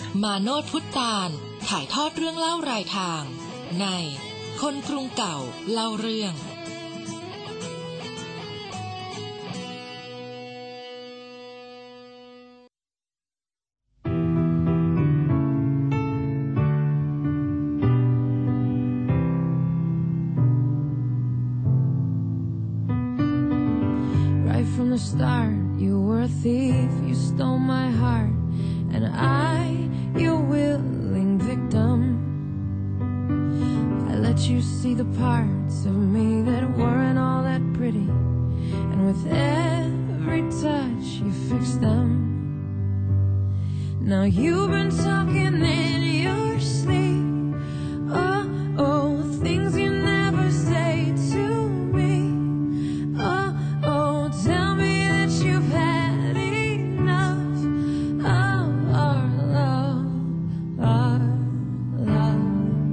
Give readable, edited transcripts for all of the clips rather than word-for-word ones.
มาโนช พุทธตาลถ่ายทอดเรื่องเล่ารายทางในคนกรุงเก่าเล่าเรื่อง From the start, you were a thief, you stole my heart, and I, your willing victim. I let you see the parts of me that weren't all that pretty, and with every touch, you fixed them. Now you've been talking in your sleep, oh, oh, things you never say to me, oh, oh, tell me that you've had enough of our love, our love.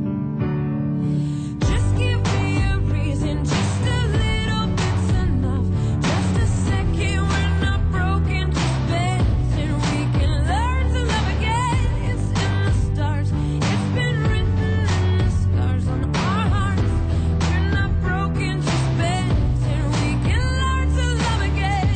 Just give me a reason, just a little bit's enough. Just a second, we're not broken, just bends, and we can learn to love again. It's in the stars, it's been written in the scars on our hearts. We're not broken, just bends, and we can learn to love again.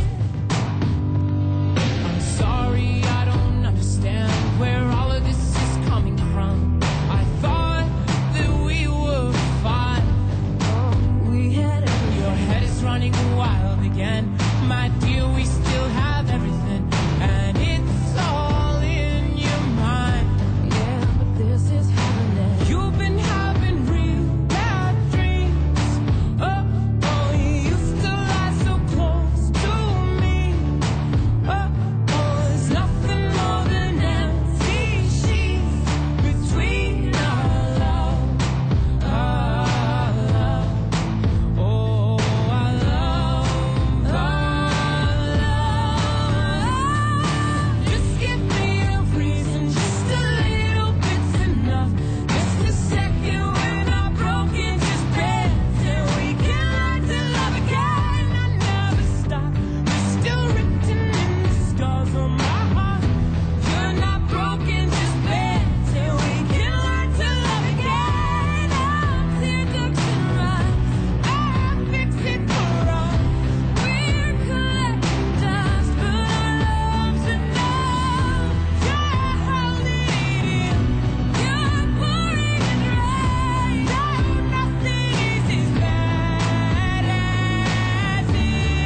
I'm sorry, I don't understand where all of this is coming from. I thought that we were fine. We had Your head is running wild again. My dear, we still have everything, and it's all in your mind. yeah, but this is happening. You've been having real bad dreams. Oh, oh, you used to lie so close to me. Oh, oh, there's nothing more than empty sheets between our love, our love. Oh, our love, our love. Just give me a reason, just a little bit's enough. Just a second, we're not broken, just bends, and we can learn to love again. I never stop, we're still written in the scars on my heart. You're not broken, just bends, and we can learn to love again. Our tear ducts and rise, I'll fix it for us. We're collecting dust, but our love's enough. You're holding it in, you're pouring it right. No, nothing is as bad as it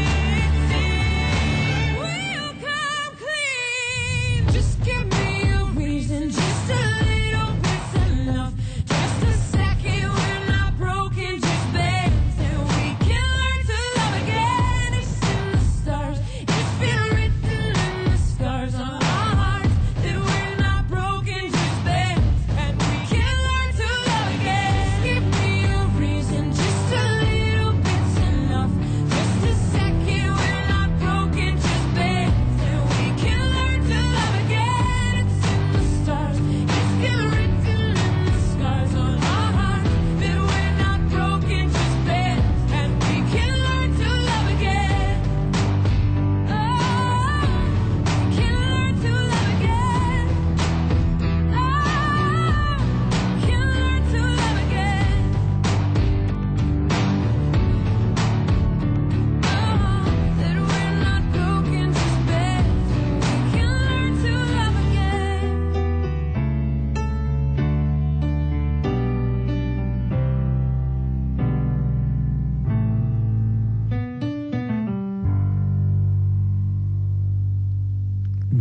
seems. We'll come clean. Just give me a reason, just a little bit's enough. Just a second, we're not broken, just bends, and we can learn to love again. It's in the stars, it's been written in the scars on our hearts that we're not broken, just bends, and we can learn to love again. Give me a reason, just a little bit's enough. Just a second, we're not broken, just bends, and we can learn to love again. It's in the stars, it's been written in the scars on our hearts that we're not broken, just bends, and we can learn to love again. Oh, we can learn to love again. Oh, we can learn to love again. Oh, that we're not broken, just bends, we can learn to love again. แหม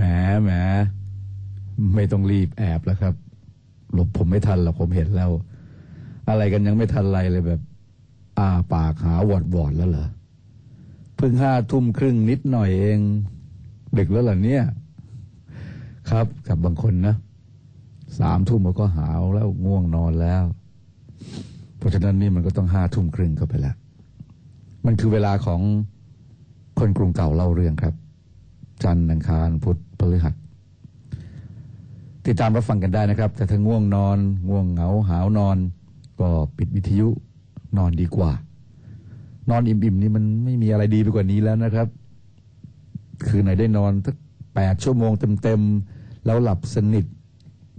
ไม่ต้องรีบแอบแล้วครับหลบผมไม่ทันหรอกผมเห็นแล้ว อะไรกันยังไม่ทันไรเลยแบบปากหาวอดแล้วเหรอเพิ่ง5:30นิดหน่อยเองดึกแล้วเหรอเนี่ยครับกับบางคนนะ3:00มันก็หาวแล้วง่วงนอนแล้ว เพราะฉะนั้นนี่มันก็ต้อง5:30เข้าไปแล้วมันคือเวลาของคนกรุงเก่าเล่าเรื่องครับจันทร์อังคารพุธพฤหัสติดตามรับฟังกันได้นะครับแต่ถ้าง่วงนอนง่วงเหงาหาวนอนก็ปิดวิทยุนอนดีกว่านอนอิ่มๆนี่มันไม่มีอะไรดีไปกว่านี้แล้วนะครับคือไหนได้นอนสัก8 ชั่วโมงเต็มๆแล้วหลับสนิท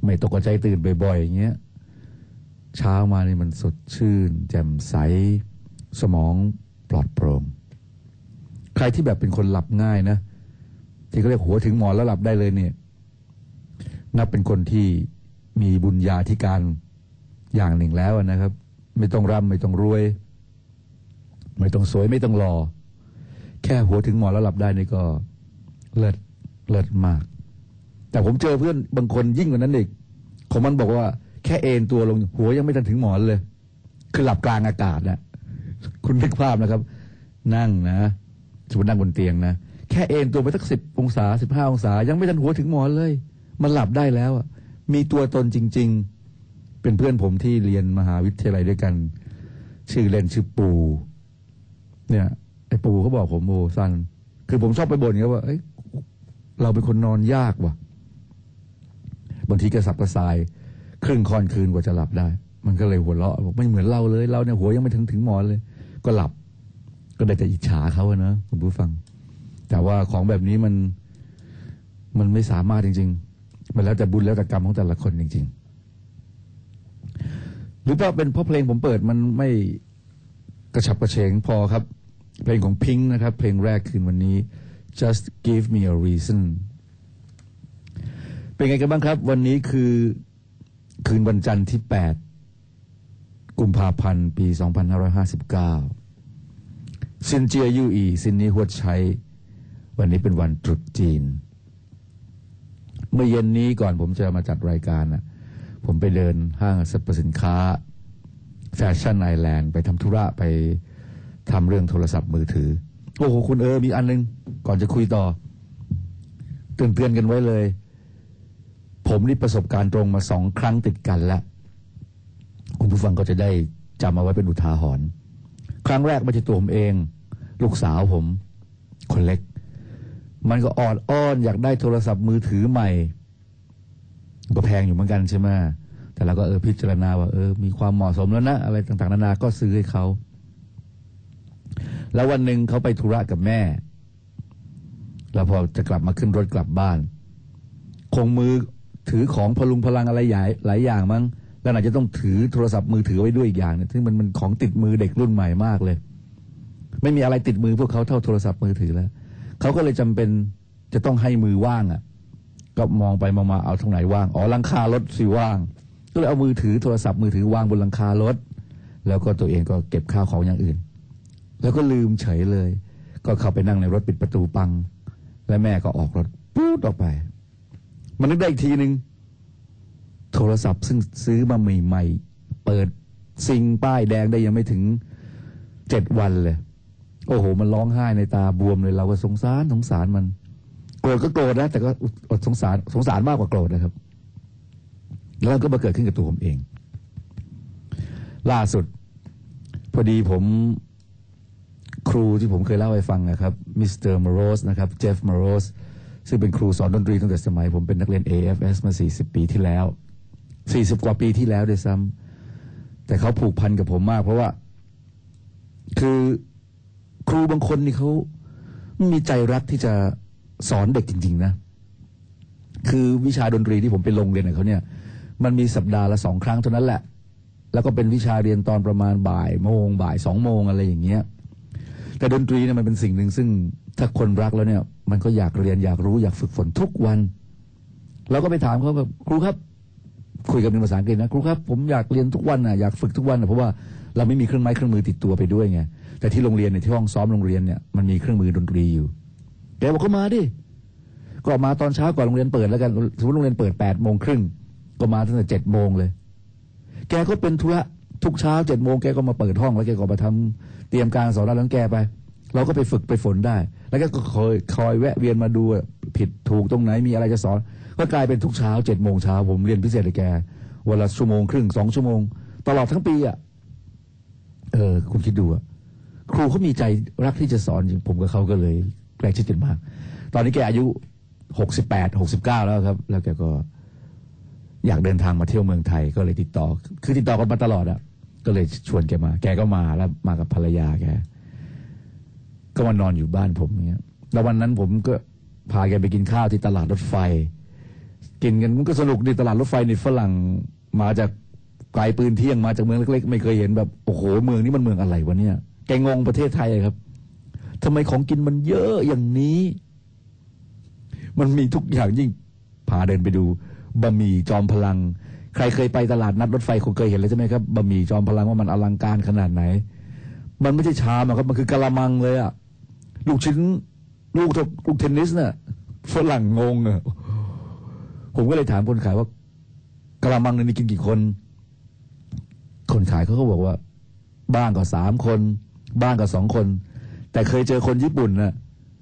ไม่ตกใจตื่นบ่อยๆอย่างเงี้ยเช้ามานี่มันสดชื่นแจ่มใสสมองปลอดโปร่งใครที่แบบเป็นคนหลับง่ายนะที่เขาเรียกหัวถึงหมอนแล้วหลับได้เลยเนี่ยนับเป็นคนที่มีบุญญาธิการอย่างหนึ่งแล้วนะครับไม่ต้องร่ำไม่ต้องรวยไม่ต้องสวยไม่ต้องหล่อแค่หัวถึงหมอนแล้วหลับได้นี่ก็เลิศมากแต่ผมเจอเพื่อนบางคนยิ่งกว่านั้นอีกของมันบอกว่าแค่เอนตัวลงหัวยังไม่ทันถึงหมอนเลยคือหลับกลางอากาศนะคุณนึกภาพนะครับนั่งนะสมมตินั่งบนเตียงนะแค่เอนตัวไปสัก10 องศา15 องศายังไม่ทันหัวถึงหมอนเลยมันหลับได้แล้วมีตัวตนจริงๆเป็นเพื่อนผมที่เรียนมหาวิทยาลัยด้วยกันชื่อเล่นชื่อปูเนี่ยไอ้ปูเขาบอกผมโอ้ซันคือผมชอบไปบ่นเขาว่าเอ้ยเราเป็นคนนอนยากว่ะบางทีกระสับกระส่ายครึ่งค่อนคืนกว่าจะหลับได้มันก็เลยหัวเราะบอกไม่เหมือนเราเลยเราเนี่ยหัวยังไม่ถึงหมอนเลยก็หลับก็ได้แต่อิจฉาเขานะคุณผู้ฟังแต่ว่าของแบบนี้มันไม่สามารถจริงๆมันแล้วแต่บุญแล้วแต่กรรมของแต่ละคนจริงๆหรือว่าเป็นเพราะเพลงผมเปิดมันไม่กระฉับกระเฉงพอครับเพลงของ Pink นะครับเพลงแรกคืนวันนี้ Just Give Me a Reason เป็นไงกันบ้างครับวันนี้คือคืนวันจันทร์ที่8 กุมภาพันธ์ปี 2559ซินเจียยู่อีซินนี้หัวใช้วันนี้เป็นวันตรุษจีนเมื่อเย็นนี้ก่อนผมจะมาจัดรายการผมไปเดินห้างสรรพสินค้าแฟชั่นไอแลนด์ไปทำธุระไปทำเรื่องโทรศัพท์มือถือโอ้โหคุณมีอันนึงก่อนจะคุยต่อเตือนกันไว้เลยผมนี่ประสบการณ์ตรงมา2 ครั้งติดกันแล้วคุณผู้ฟังก็จะได้จำเอาไว้เป็นอุทาหรณ์ครั้งแรกไม่ใช่ตัวผมเองลูกสาวผมคนเล็กมันก็ออดอ้อนอยากได้โทรศัพท์มือถือใหม่ก็แพงอยู่เหมือนกันใช่ไหมแต่เราก็พิจารณาว่ามีความเหมาะสมแล้วนะอะไรต่างๆนานาก็ซื้อให้เขาแล้ววันหนึ่งเขาไปธุระกับแม่แล้วพอจะกลับมาขึ้นรถกลับบ้านคงมือถือของพลุงพลังอะไรหลายอย่างมั้งแล้วอาจจะต้องถือโทรศัพท์มือถือไว้ด้วยอีกอย่างนึงซึ่งมันของติดมือเด็กรุ่นใหม่มากเลยไม่มีอะไรติดมือพวกเขาเท่าโทรศัพท์มือถือแล้วเขาก็เลยจำเป็นจะต้องให้มือว่างก็มองไปมองมาเอาตรงไหนว่างหลังคารถสิว่างก็เลยเอามือถือโทรศัพท์มือถือวางบนหลังคารถแล้วก็ตัวเองก็เก็บข้าวของอย่างอื่นแล้วก็ลืมเฉยเลยก็เข้าไปนั่งในรถปิดประตูปังและแม่ก็ออกรถปุ๊บออกไปมันนึกได้อีกทีนึงโทรศัพท์ซึ่งซื้อมาใหม่ๆเปิดซิงป้ายแดงได้ยังไม่ถึง7 วันเลยโอ้โหมันร้องไห้ในตาบวมเลยเราก็สงสารมันโกรธก็โกรธนะแต่ก็อดสงสารมากกว่าโกรธนะครับแล้วก็มาเกิดขึ้นกับตัวผมเองล่าสุดพอดีผมครูที่ผมเคยเล่าให้ฟังนะครับมิสเตอร์มาโรสนะครับเจฟมาโรสซึ่งเป็นครูสอนดนตรีตั้งแต่สมัยผมเป็นนักเรียน AFS มา40 ปีที่แล้ว40 กว่าปีที่แล้วด้วยซ้ำแต่เขาผูกพันกับผมมากเพราะว่าคือครูบางคนนี่เขามีใจรักที่จะสอนเด็กจริงๆนะคือวิชาดนตรีที่ผมไปลงเรียนกับเขาเนี่ยมันมีสัปดาห์ละ2 ครั้งเท่านั้นแหละแล้วก็เป็นวิชาเรียนตอนประมาณบ่ายโมงบ่าย2 โมงอะไรอย่างเงี้ยแต่ดนตรีเนี่ยมันเป็นสิ่งหนึ่งซึ่งถ้าคนรักแล้วเนี่ยมันก็อยากเรียนอยากรู้อยากฝึกฝนทุกวันเราก็ไปถามเขาแบบครูครับคุยกันเป็นภาษาอังกฤษนะครูครับผมอยากเรียนทุกวันอยากฝึกทุกวันเพราะว่าเราไม่มีเครื่องไม้เครื่องมือติดตัวไปด้วยไงแต่ที่โรงเรียนเนี่ยที่ห้องซ้อมโรงเรียนเนี่ยมันมีเครื่องมือดนตรีอยู่แกบอกก็มาดิก็มาตอนเช้าก่อนโรงเรียนเปิดแล้วกันสมมติโรงเรียนเปิด8 โมงครึ่งก็มาตั้งแต่7 โมงเลยแกก็เป็นธุระทุกเช้า7 โมงแกก็มาเปิดห้องแล้วแกก็มาทำเตรียมการสอนแล้วแกไปเราก็ไปฝึกไปฝนได้แล้วก็คอยแวะเวียนมาดูผิดถูกตรงไหนมีอะไรจะสอนก็กลายเป็นทุกเช้า7 โมงเช้าผมเรียนพิเศษเลยแกวันละ1 ชั่วโมงครึ่ง2 ชั่วโมงตลอดทั้งปีคุณคิดดูครูเขามีใจรักที่จะสอนจริงผมกับเขาก็เลยใกล้ชิดกันมากตอนนี้แกอายุ68 69แล้วครับแล้วแกก็อยากเดินทางมาเที่ยวเมืองไทยก็เลยติดต่อกันมาตลอดก็เลยชวนแกมาแกก็มาแล้วมากับภรรยาแกก็มานอนอยู่บ้านผมอย่างเงี้ยแล้ววันนั้นผมก็พาแกไปกินข้าวที่ตลาดรถไฟกินกันมันก็สนุกในตลาดรถไฟนี่ฝรั่งมาจากไกลปืนเที่ยงมาจากเมืองเล็กๆไม่เคยเห็นแบบโอ้โหเมืองนี้มันเมืองอะไรวะเนี่ยแกงงประเทศไทยครับทำไมของกินมันเยอะอย่างนี้มันมีทุกอย่างยิ่งพาเดินไปดูบะหมี่จอมพลังใครเคยไปตลาดนัดรถไฟคงเคยเห็นเลยใช่ไหมครับบะหมี่จอมพลังว่ามันอลังการขนาดไหนมันไม่ใช่ชามครับมันคือกะละมังเลยอะลูกชิ้นลูกเทนนิสเนี่ยฝรั่งงงอะผมก็เลยถามคนขายว่ากะละมังนี่กินกี่คนคนขายเขาก็บอกว่าบ้างก็3 คนบ้างก็2 คนแต่เคยเจอคนญี่ปุ่นน่ะ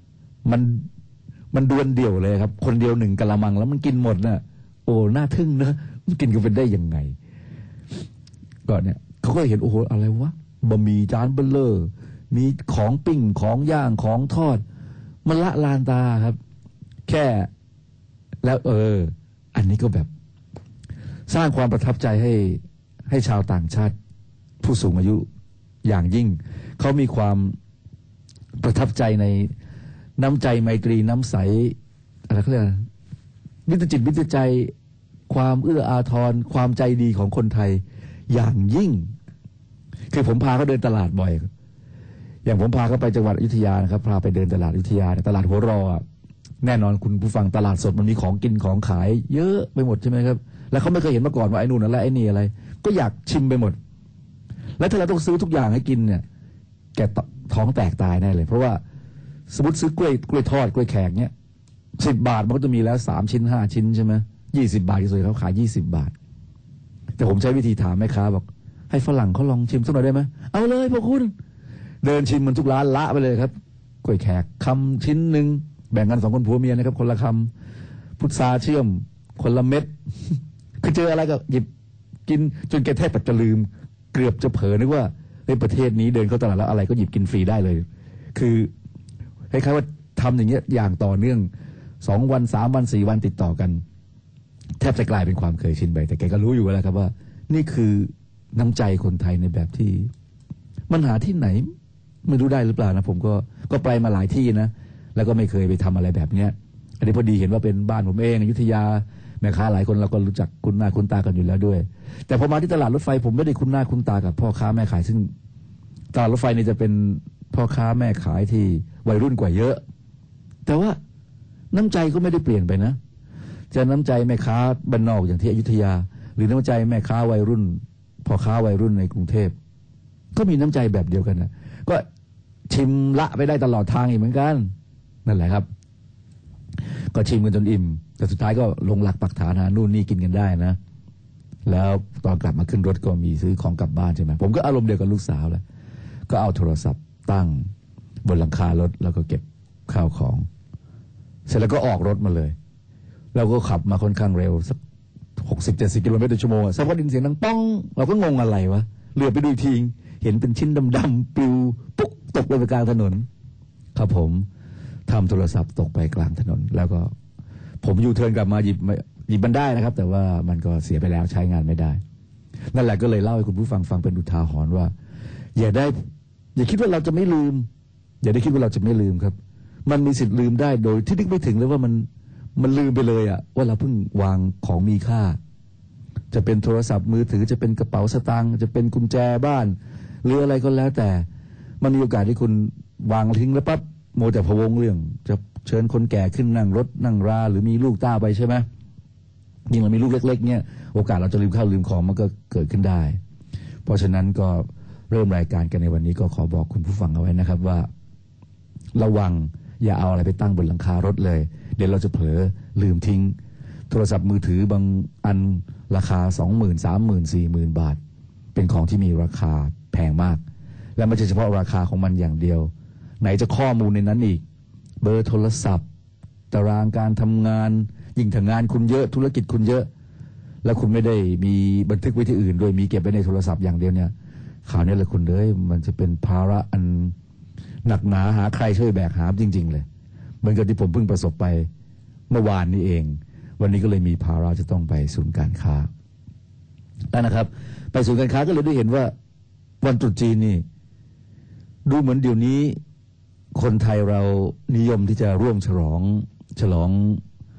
มันดวลเดี่ยวเลยครับคนเดียว1กะละมังแล้วมันกินหมดน่ะโอ้น่าทึ่งนะมันกินกันเป็นได้ยังไงก็เนี่ยเขาก็เห็นโอ้โหอะไรวะบะหมี่จานเบลเลอร์มีของปิ้งของย่างของทอดมันละลานตาครับแค่แล้วอันนี้ก็แบบสร้างความประทับใจให้ชาวต่างชาติผู้สูงอายุอย่างยิ่งเขามีความประทับใจในน้ำใจไมตรีน้ำใสอะไรเขาเรียกวิตจิตวิตใจความเอื้ออาทรความใจดีของคนไทยอย่างยิ่งคือผมพาเขาเดินตลาดบ่อยอย่างผมพาเขาไปจังหวัดอยุธยานะครับพาไปเดินตลาดอยุธยาตลาดหัวรอแน่นอนคุณผู้ฟังตลาดสดมันมีของกินของขายเยอะไปหมดใช่ไหมครับแล้วเขาไม่เคยเห็นมาก่อนว่าไอ้นู่นอะไรไอ้นี่อะไรก็อยากชิมไปหมดแล้วถ้าเราต้องซื้อทุกอย่างให้กินเนี่ยแกท้องแตกตายแน่เลยเพราะว่าสมมติซื้อกล้วยทอดกล้วยแขกเนี่ย10 บาทมันก็จะมีแล้ว3 ชิ้น 5 ชิ้นใช่ไหม20 บาทที่สุดเขาขาย20 บาทแต่ผมใช้วิธีถามแม่ค้าบอกให้ฝรั่งเขาลองชิมสักหน่อยได้ไหมเอาเลยพวกคุณเดินชิมมันทุกร้านละไปเลยครับกล้วยแขกคำชิ้นหนึ่งแบ่งกัน2 คนผัวเมียนะครับคนละคำพุทราเชื่อมคนละเม็ดคือเจออะไรก็หยิบกินจนแกแทบจะลืมเกือบจะเผลอนึกว่าในประเทศนี้เดินเข้าตลาดแล้วอะไรก็หยิบกินฟรีได้เลยคือคล้ายๆว่าทำอย่างเงี้ยอย่างต่อเนื่อง2 วัน 3 วัน 4 วันติดต่อกันแทบจะกลายเป็นความเคยชินไปแต่แกก็รู้อยู่แล้วครับว่านี่คือน้ำใจคนไทยในแบบที่มันหาที่ไหนไม่รู้ได้หรือเปล่านะผมก็ไปมาหลายที่นะแล้วก็ไม่เคยไปทำอะไรแบบเนี้ยอันนี้พอดีเห็นว่าเป็นบ้านผมเองอยุธยาแม่ค้าหลายคนเราก็รู้จักคุ้นหน้าคุ้นตากันอยู่แล้วด้วยแต่พอมาที่ตลาดรถไฟผมไม่ได้คุ้นหน้าคุ้นตากับพ่อค้าแม่ขายซึ่งตลาดรถไฟนี่จะเป็นพ่อค้าแม่ขายที่วัยรุ่นกว่าเยอะแต่ว่าน้ำใจก็ไม่ได้เปลี่ยนไปนะจะน้ำใจแม่ค้าบ้านนอกอย่างที่อยุธยาหรือน้ำใจแม่ค้าวัยรุ่นพ่อค้าวัยรุ่นในกรุงเทพก็มีน้ำใจแบบเดียวกันนะก็ชิมละไปได้ตลอดทางอีกเหมือนกันนั่นแหละครับก็ชิมกันจนอิ่มแต่สุดท้ายก็ลงหลักปักฐานหานู่นนี่กินกันได้นะแล้วตอนกลับมาขึ้นรถก็มีซื้อของกลับบ้านใช่ไหมผมก็อารมณ์เดียวกับลูกสาวแหละก็เอาโทรศัพท์ตั้งบนหลังคารถแล้วก็เก็บข้าวของเสร็จแล้วก็ออกรถมาเลยแล้วก็ขับมาค่อนข้างเร็วสัก60-70 กิโลเมตรต่อชั่วโมงสักพักดินเสียงดังป้องเราก็งงอะไรวะเหลือบไปดูทีเห็นเป็นชิ้นดำๆปลิวปุ๊กตกลงไปกลางถนนครับผมทำโทรศัพท์ตกไปกลางถนนแล้วก็ผมยูเทิร์นกลับมาหยิบมันได้นะครับแต่ว่ามันก็เสียไปแล้วใช้งานไม่ได้นั่นแหละก็เลยเล่าให้คุณผู้ฟังฟังเป็นอุทาหรณ์ว่าอย่าคิดว่าเราจะไม่ลืมอย่าได้คิดว่าเราจะไม่ลืมครับมันมีสิทธิ์ลืมได้โดยที่นึกไม่ถึงเลยว่ามันลืมไปเลยอะว่าเราเพิ่งวางของมีค่าจะเป็นโทรศัพท์มือถือจะเป็นกระเป๋าสตางค์จะเป็นกุญแจบ้านหรืออะไรก็แล้วแต่มันมีโอกาสที่คุณวางทิ้งแล้วปั๊บโมแต่พะวงเรื่องจะเชิญคนแก่ขึ้นนั่งรถนั่งราหรือมีลูกต้าไปใช่ไหมยิ่งเรามีลูกเล็กๆเนี่ยโอกาสเราจะลืมข้าวลืมของมันก็เกิดขึ้นได้เพราะฉะนั้นก็เริ่มรายการกันในวันนี้ก็ขอบอกคุณผู้ฟังเอาไว้นะครับว่าระวังอย่าเอาอะไรไปตั้งบนหลังคารถเลยเดี๋ยวเราจะเผลอลืมทิ้งโทรศัพท์มือถือบางอันราคา 20,000 30,000 40,000 บาทเป็นของที่มีราคาแพงมากและไม่ใช่เฉพาะราคาของมันอย่างเดียวไหนจะข้อมูลในนั้นอีกเบอร์โทรศัพท์ตารางการทำงานยิ่งทำงานคุณเยอะธุรกิจคุณเยอะแล้วคุณไม่ได้มีบันทึกไว้ที่อื่นโดยมีเก็บไว้ในโทรศัพท์อย่างเดียวเนี่ยข่าวนี้เลยคุณเลยมันจะเป็นภาระอันหนักหนาหาใครช่วยแบกหามจริงๆเลยเหมือนกับที่ผมเพิ่งประสบไปเมื่อวานนี้เองวันนี้ก็เลยมีภาระจะต้องไปศูนย์การค้านะครับไปศูนย์การค้าก็เลยได้เห็นว่าวันตรุษจีนนี่ดูเหมือนเดี๋ยวนี้คนไทยเรานิยมที่จะร่วมฉลอง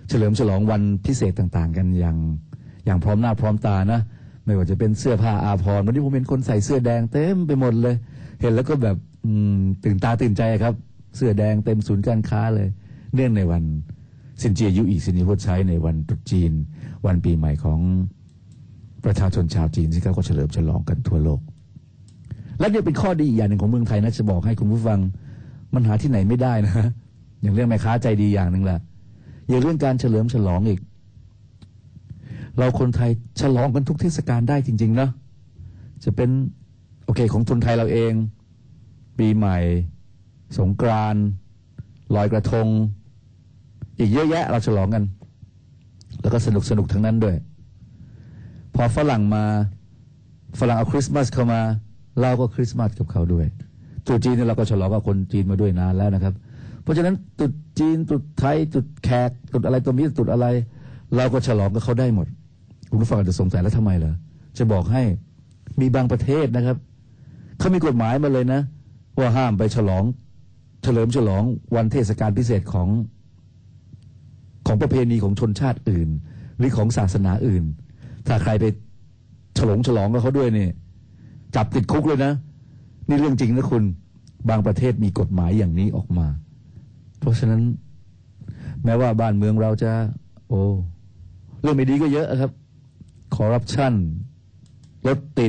เฉลิมฉลองวันพิเศษต่างๆกันอย่างพร้อมหน้าพร้อมตานะไม่ว่าจะเป็นเสื้อผ้าอาภรณ์วันนี้ผมเห็นคนใส่เสื้อแดงเต็มไปหมดเลยเห็นแล้วก็แบบตื่นตาตื่นใจครับเสื้อแดงเต็มศูนย์การค้าเลยเนื่องในวันซินเจียยุอีซินิโฮดใช้ในวันตรุษจีนวันปีใหม่ของประชาชนชาวจีนที่เขาก็เฉลิมฉลองกันทั่วโลกและเนี่ยเป็นข้อดีอีกอย่างหนึ่งของเมืองไทยนะจะบอกให้คุณผู้ฟังมันหาที่ไหนไม่ได้นะอย่างเรื่องแม่ค้าใจดีอย่างหนึ่งแหละอย่างเรื่องการเฉลิมฉลองอีกเราคนไทยฉลองกันทุกเทศกาลได้จริงๆนะจะเป็นโอเคของคนไทยเราเองปีใหม่สงกรานต์ลอยกระทงอีกเยอะแยะเราฉลองกันแล้วก็สนุกทั้งนั้นด้วยพอฝรั่งเอาคริสต์มาสเข้ามาเราก็คริสต์มาสกับเขาด้วยตรุษจีนเนี่ยเราก็ฉลองกับคนจีนมาด้วยนานแล้วนะครับเพราะฉะนั้นตรุษจีนตรุษไทยตรุษแขกตรุษอะไรตัวนี้ตรุษอะไรเราก็ฉลองกับเขาได้หมดคุณผู้ฟังอาจจะสงสัยแล้วทำไมเหรอจะบอกให้มีบางประเทศนะครับเขามีกฎหมายมาเลยนะว่าห้ามไปเฉลิมฉลองวันเทศกาลพิเศษของประเพณีของชนชาติอื่นหรือของศาสนาอื่นถ้าใครไปฉลองกับเขาด้วยเนี่ยจับติดคุกเลยนะนี่เรื่องจริงนะคุณบางประเทศมีกฎหมายอย่างนี้ออกมาเพราะฉะนั้นแม้ว่าบ้านเมืองเราจะเรื่องไม่ดีก็เยอะครับคอร์รัปชันรถติด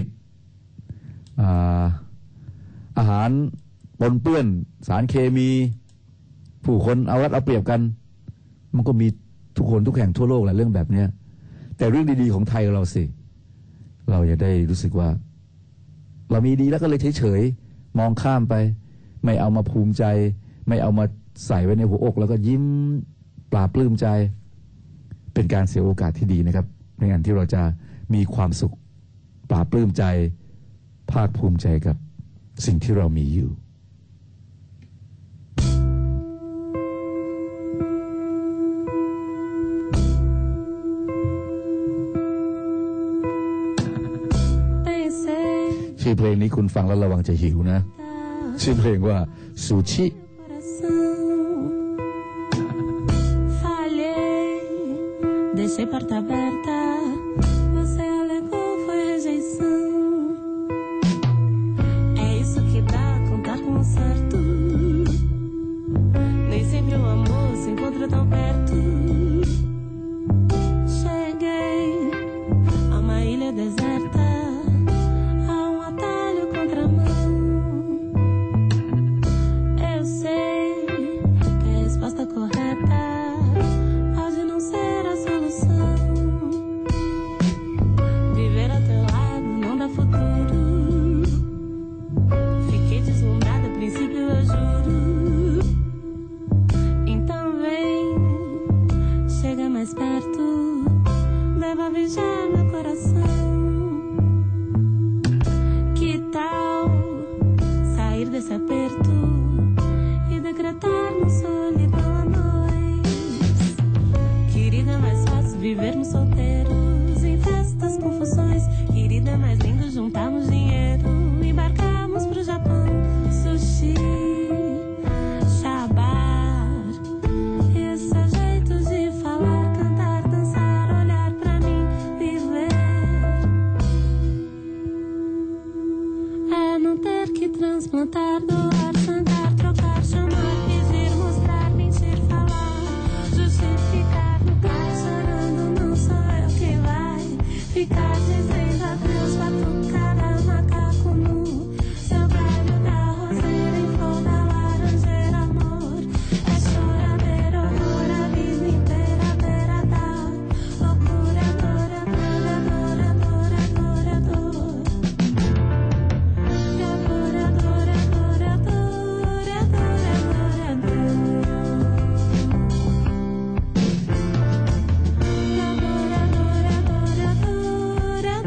อาหารปนเปื้อนสารเคมีผู้คนเอารัดเอาเปรียบกันมันก็มีทุกคนทุกแห่งทั่วโลกแหละเรื่องแบบนี้แต่เรื่องดีๆของไทยเราสิเราจะได้รู้สึกว่าเรามีดีแล้วก็เลยเฉยๆมองข้ามไปไม่เอามาภูมิใจไม่เอามาใส่ไว้ในหัวอกแล้วก็ยิ้มปลาบปลื้มใจเป็นการเสียโอกาสที่ดีนะครับในงานที่เราจะมีความสุขปลาบปลื้มใจภาคภูมิใจกับสิ่งที่เรามีอยู่ชื่อเพลงนี้คุณฟังแล้วระวังจะหิวนะชื่อเพลงว่าซูชิ Deixei porta aberta, você alegou, foi rejeição. É isso que dá contar com o certo. Nem sempre o amor se encontra tão perto. Cheguei a uma ilha deserta, a um atalho contramão. Eu sei que a resposta correta pode não ser a solução. Viver ao teu lado não dá futuro. Fiquei deslumbrada, a princípio eu juro. Então vem, chega mais perto, devolve já meu coração. Que tal sair desse aperto e decretarmos solidão a nós? Querida, é mais fácil vivermos solteiros em festas, confusões. Querida, é mais lindo juntarmos dinheiro, embarcarmos pro Japão. Sushi, shabar, esse é jeito de falar, cantar, dançar, olhar pra mim, viver. É não ter que transplantar, doar, sangrar, trocar, chamar, pedir, mostrar, mentir, falar, justificar. Chorando não sou eu que vai ficar dizendo adeus, batucada, macaco nu. Seu galho da roseira em flor da laranjeira, amor. É choradeira, horror, a vida inteira, beira da loucura, dor, dor, dor, dor, dor, dor. E agora, dor, dor, dor, dor, dor, dor.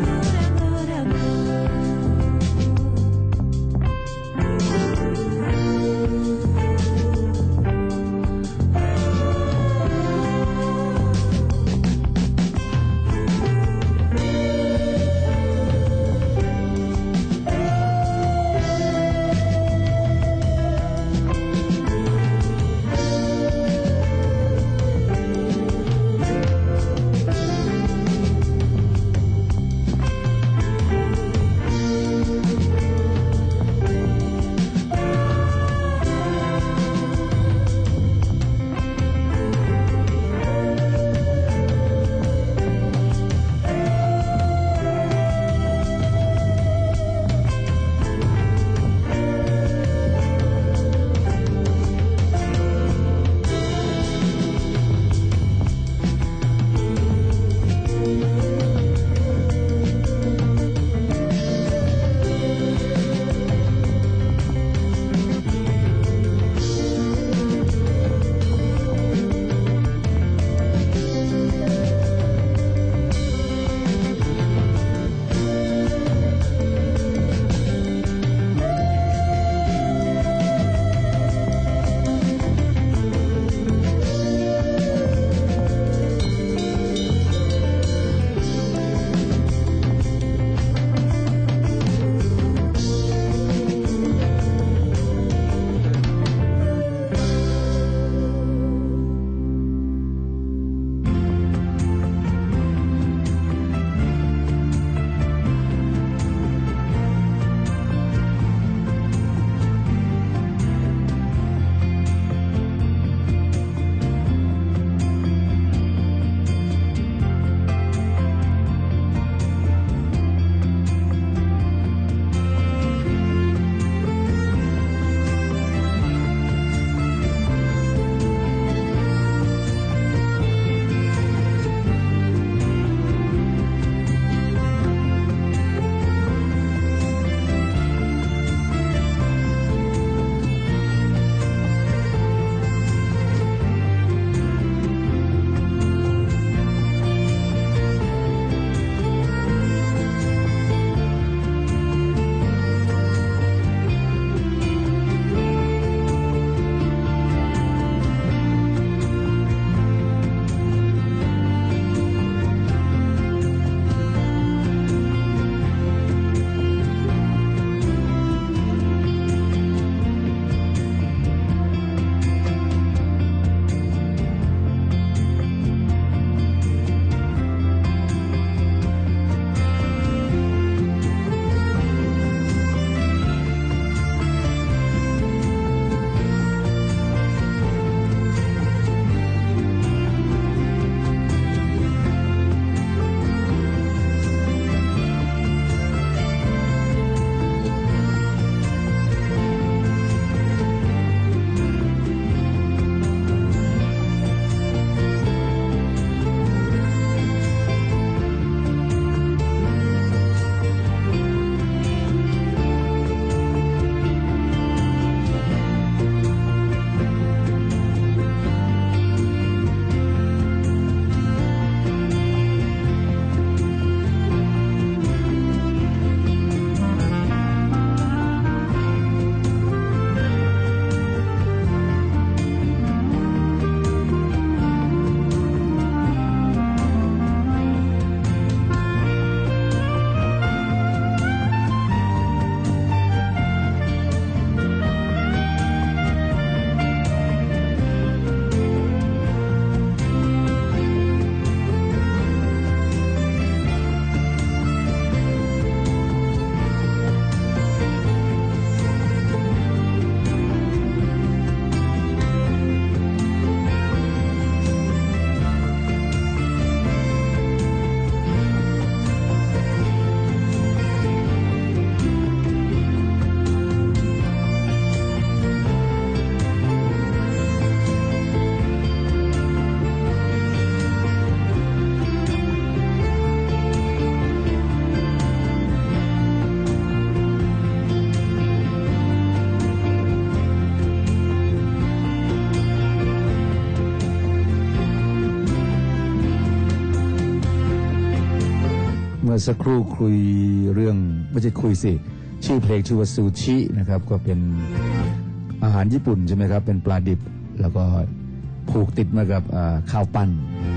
มื่อสักครู่คุยเรื่องไม่ใช่คุยสิชื่อเพลงชื่อว่าซูชินะครับก็เป็นอาหารญี่ปุ่นใช่ไหมครับเป็นปลาดิบแล้วก็ผูกติดมากับข้าวปั้น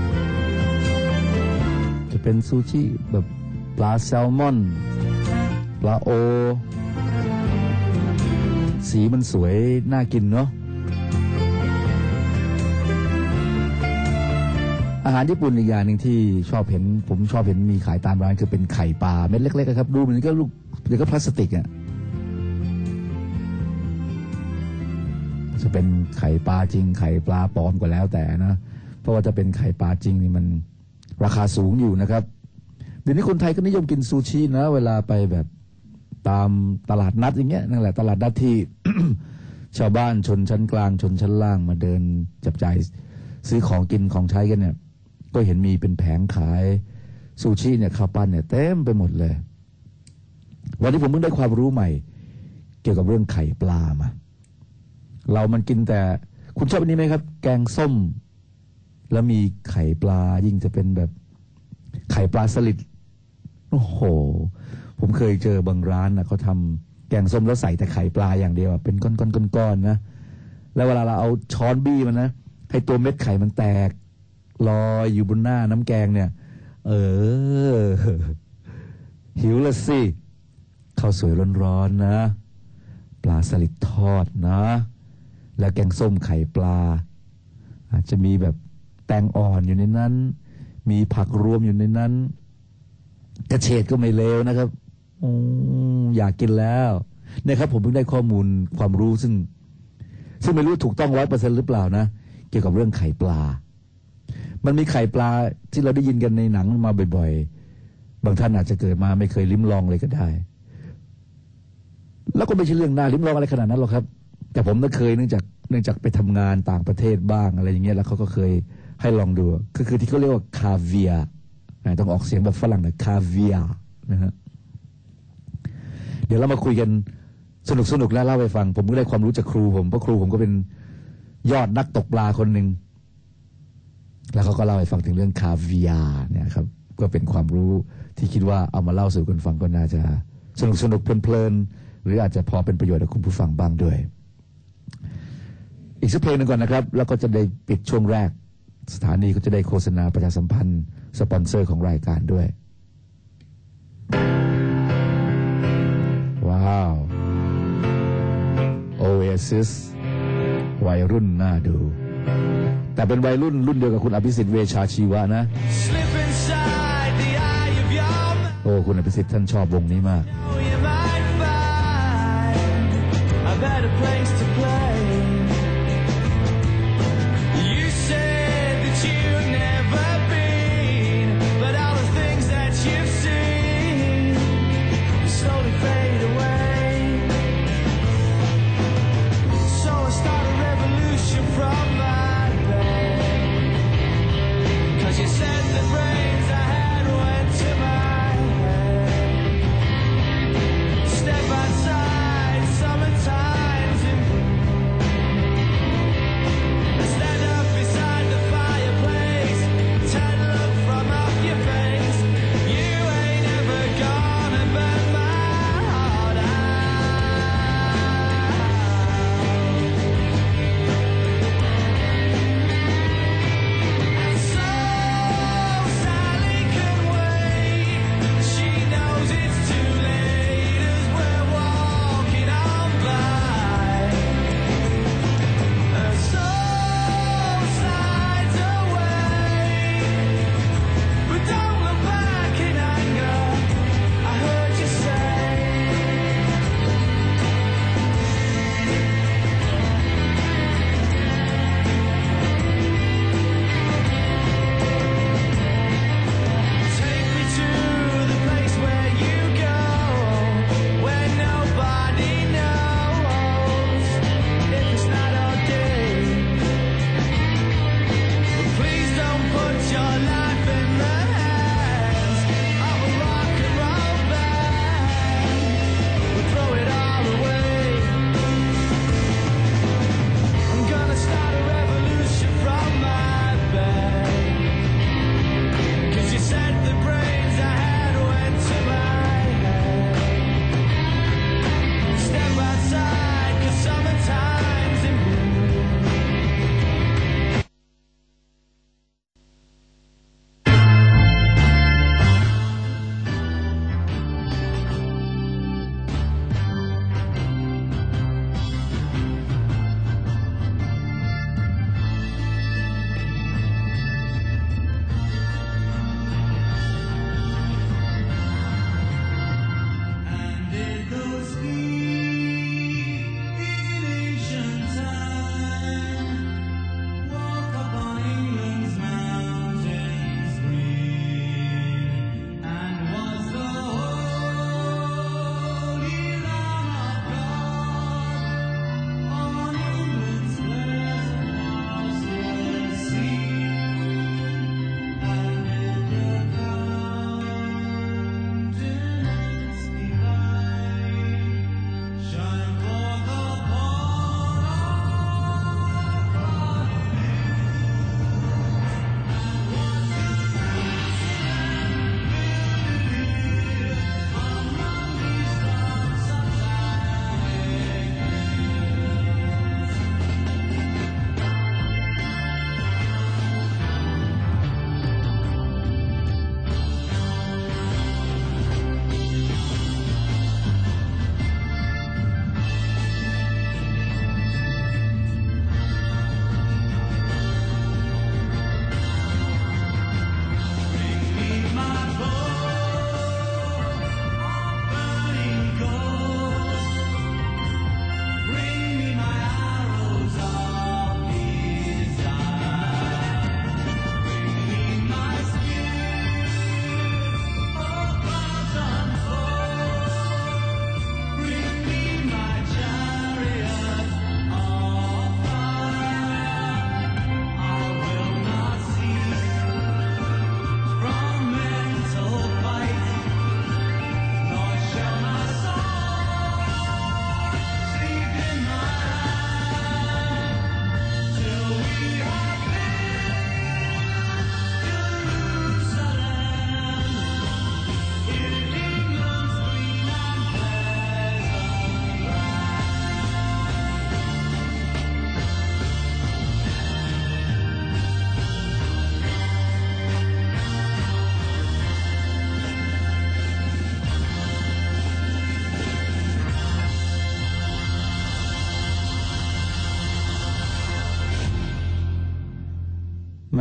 จะเป็นซูชิแบบปลาแซลมอนปลาโอสีมันสวยน่ากินเนาะอาหารญี่ปุ่นอีกอย่างหนึ่งที่ผมชอบเห็นมีขายตามร้านคือเป็นไข่ปลาเม็ดเล็กๆครับดูมันก็ลูกเดี๋ยวก็พลาสติกอ่ะจะเป็นไข่ปลาจริงไข่ปลาปลอมก็แล้วแต่นะเพราะว่าจะเป็นไข่ปลาจริงนี่มันราคาสูงอยู่นะครับเดี๋ยวนี้คนไทยก็นิยมกินซูชินะเวลาไปแบบตามตลาดนัดอย่างเงี้ยนั่นแหละตลาดนัดที่ ชาวบ้านชนชั้นกลางชนชั้นล่างมาเดินจับจ่ายซื้อของกินของใช้กันเนี่ยก็เห็นมีเป็นแผงขายซูชิเนี่ยข้าวปั้นเนี่ยเต็มไปหมดเลยวันนี้ผมเพิ่งได้ความรู้ใหม่เกี่ยวกับเรื่องไข่ปลามาเรามันกินแต่คุณชอบอันนี้ไหมครับแกงส้มแล้วมีไข่ปลายิ่งจะเป็นแบบไข่ปลาสลิดโอ้โหผมเคยเจอบางร้านนะเขาทำแกงส้มแล้วใส่แต่ไข่ปลาอย่างเดียวเป็นก้อนๆนะแล้วเวลาเราเอาช้อนบี้มันนะให้ตัวเม็ดไข่มันแตกลอยอยู่บนหน้าน้ำแกงเนี่ยหิวละสิข้าวสวยร้อนๆนะปลาสลิดทอดนะแล้วแกงส้มไข่ปลาอาจจะมีแบบแตงอ่อนอยู่ในนั้นมีผักรวมอยู่ในนั้นกระเฉดก็ไม่เลวนะครับอยากกินแล้วเนี่ยครับผมเพิ่งได้ข้อมูลความรู้ซึ่งไม่รู้ถูกต้อง 100% หรือเปล่านะเกี่ยวกับเรื่องไข่ปลามันมีไข่ปลาที่เราได้ยินกันในหนังมาบ่อยๆบางท่านอาจจะเกิดมาไม่เคยลิ้มลองเลยก็ได้แล้วก็ไม่ใช่เรื่องน่าลิ้มลองอะไรขนาดนั้นหรอกครับแต่ผมก็เคยเนื่องจากไปทำงานต่างประเทศบ้างอะไรอย่างเงี้ยแล้วเขาก็เคยให้ลองดูก็คือที่เขาเรียกว่าคาเวียร์ต้องออกเสียงแบบฝรั่งนะคาเวียร์นะฮะเดี๋ยวเรามาคุยกันสนุกแล้วเล่าไปฟังผมก็ได้ความรู้จากครูผมเพราะครูผมก็เป็นยอดนักตกปลาคนหนึ่งแล้วเขาก็เล่าให้ฟังถึงเรื่องคาเวียร์เนี่ยครับก็เป็นความรู้ที่คิดว่าเอามาเล่าสู่กันฟังก็น่าจะสนุกเพลินหรืออาจจะพอเป็นประโยชน์กับคุณผู้ฟังบ้างด้วยอีกสักเพลงหนึ่งก่อนนะครับแล้วก็จะได้ปิดช่วงแรกสถานีก็จะได้โฆษณาประชาสัมพันธ์สปอนเซอร์ของรายการด้วยว้าว Oasis วัยรุ่นน่าดูแต่เป็นวัยรุ่นเดียวกับคุณอภิสิทธิ์เวชชาชีวะนะโอ้คุณอภิสิทธิ์ท่านชอบวงนี้มาก Step outside, summertime's in